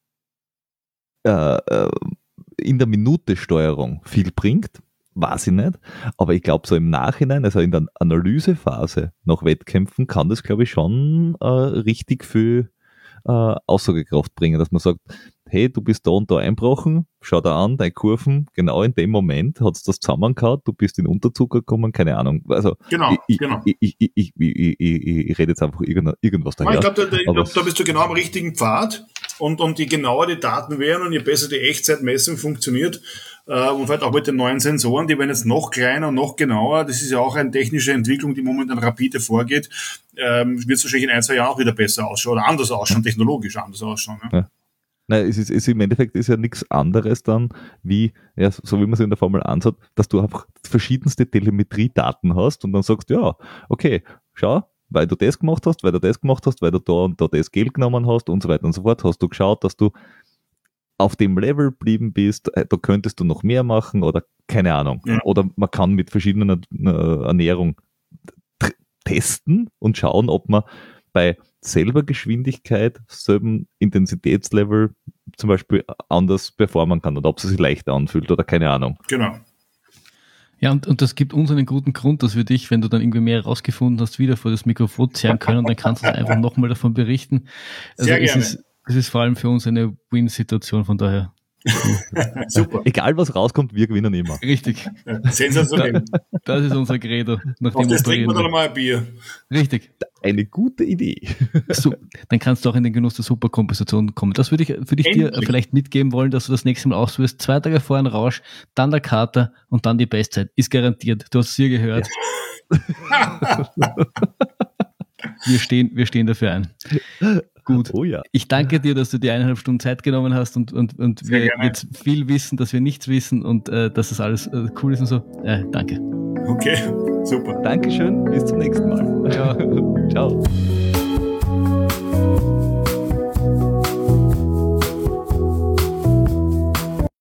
Minute Steuerung viel bringt, weiß ich nicht, aber ich glaube so im Nachhinein, also in der Analysephase nach Wettkämpfen, kann das, glaube ich, schon richtig viel Aussagekraft bringen, dass man sagt, hey, du bist da und da einbrochen, schau da an, deine Kurven, genau in dem Moment hat es das zusammengehauen, du bist in Unterzucker gekommen, keine Ahnung. Also genau. Ich rede jetzt einfach irgendwas daher. Ich glaube, da bist du genau am richtigen Pfad und je genauer die Daten werden und je besser die Echtzeitmessung funktioniert und vielleicht auch mit den neuen Sensoren, die werden jetzt noch kleiner und noch genauer, das ist ja auch eine technische Entwicklung, die momentan rapide vorgeht, wird es wahrscheinlich in 1-2 Jahren auch wieder besser ausschauen oder anders ausschauen, technologisch anders ausschauen. Ja. Nein, es ist im Endeffekt ist ja nichts anderes dann, wie, ja, so wie man es in der Formel anschaut, dass du einfach verschiedenste Telemetriedaten hast und dann sagst, ja, okay, schau, weil du das gemacht hast, weil du da und da das Gel genommen hast und so weiter und so fort, hast du geschaut, dass du auf dem Level geblieben bist, da könntest du noch mehr machen oder keine Ahnung. Ja. Oder man kann mit verschiedener Ernährung testen und schauen, ob man bei selber Geschwindigkeit, selben Intensitätslevel zum Beispiel anders performen kann oder ob es sich leichter anfühlt oder keine Ahnung. Genau. Ja, und das gibt uns einen guten Grund, dass wir dich, wenn du dann irgendwie mehr rausgefunden hast, wieder vor das Mikrofon zerren können und dann kannst du einfach nochmal davon berichten. Also Sehr gerne. Es ist vor allem für uns eine Win-Situation, von daher. Super. Egal was rauskommt, wir gewinnen immer. Richtig. Sensationell. Das ist unser Credo. Nach Auf dem das trinken wir dann operieren mal ein Bier. wir. Richtig. Eine gute Idee. So, dann kannst du auch in den Genuss der Superkompensation kommen. Das würde ich dir Endlich. vielleicht mitgeben wollen, dass du das nächste Mal auswirst. 2 Tage vorher ein Rausch, dann der Kater und dann die Bestzeit. Ist garantiert. Du hast es hier gehört. Wir stehen dafür ein. Gut. Oh ja. Ich danke dir, dass du die 1,5 Stunden Zeit genommen hast und wir gerne. jetzt viel wissen, dass wir nichts wissen und dass das alles cool ist und so. Danke. Okay, super. Dankeschön, bis zum nächsten Mal. Ja. Ciao.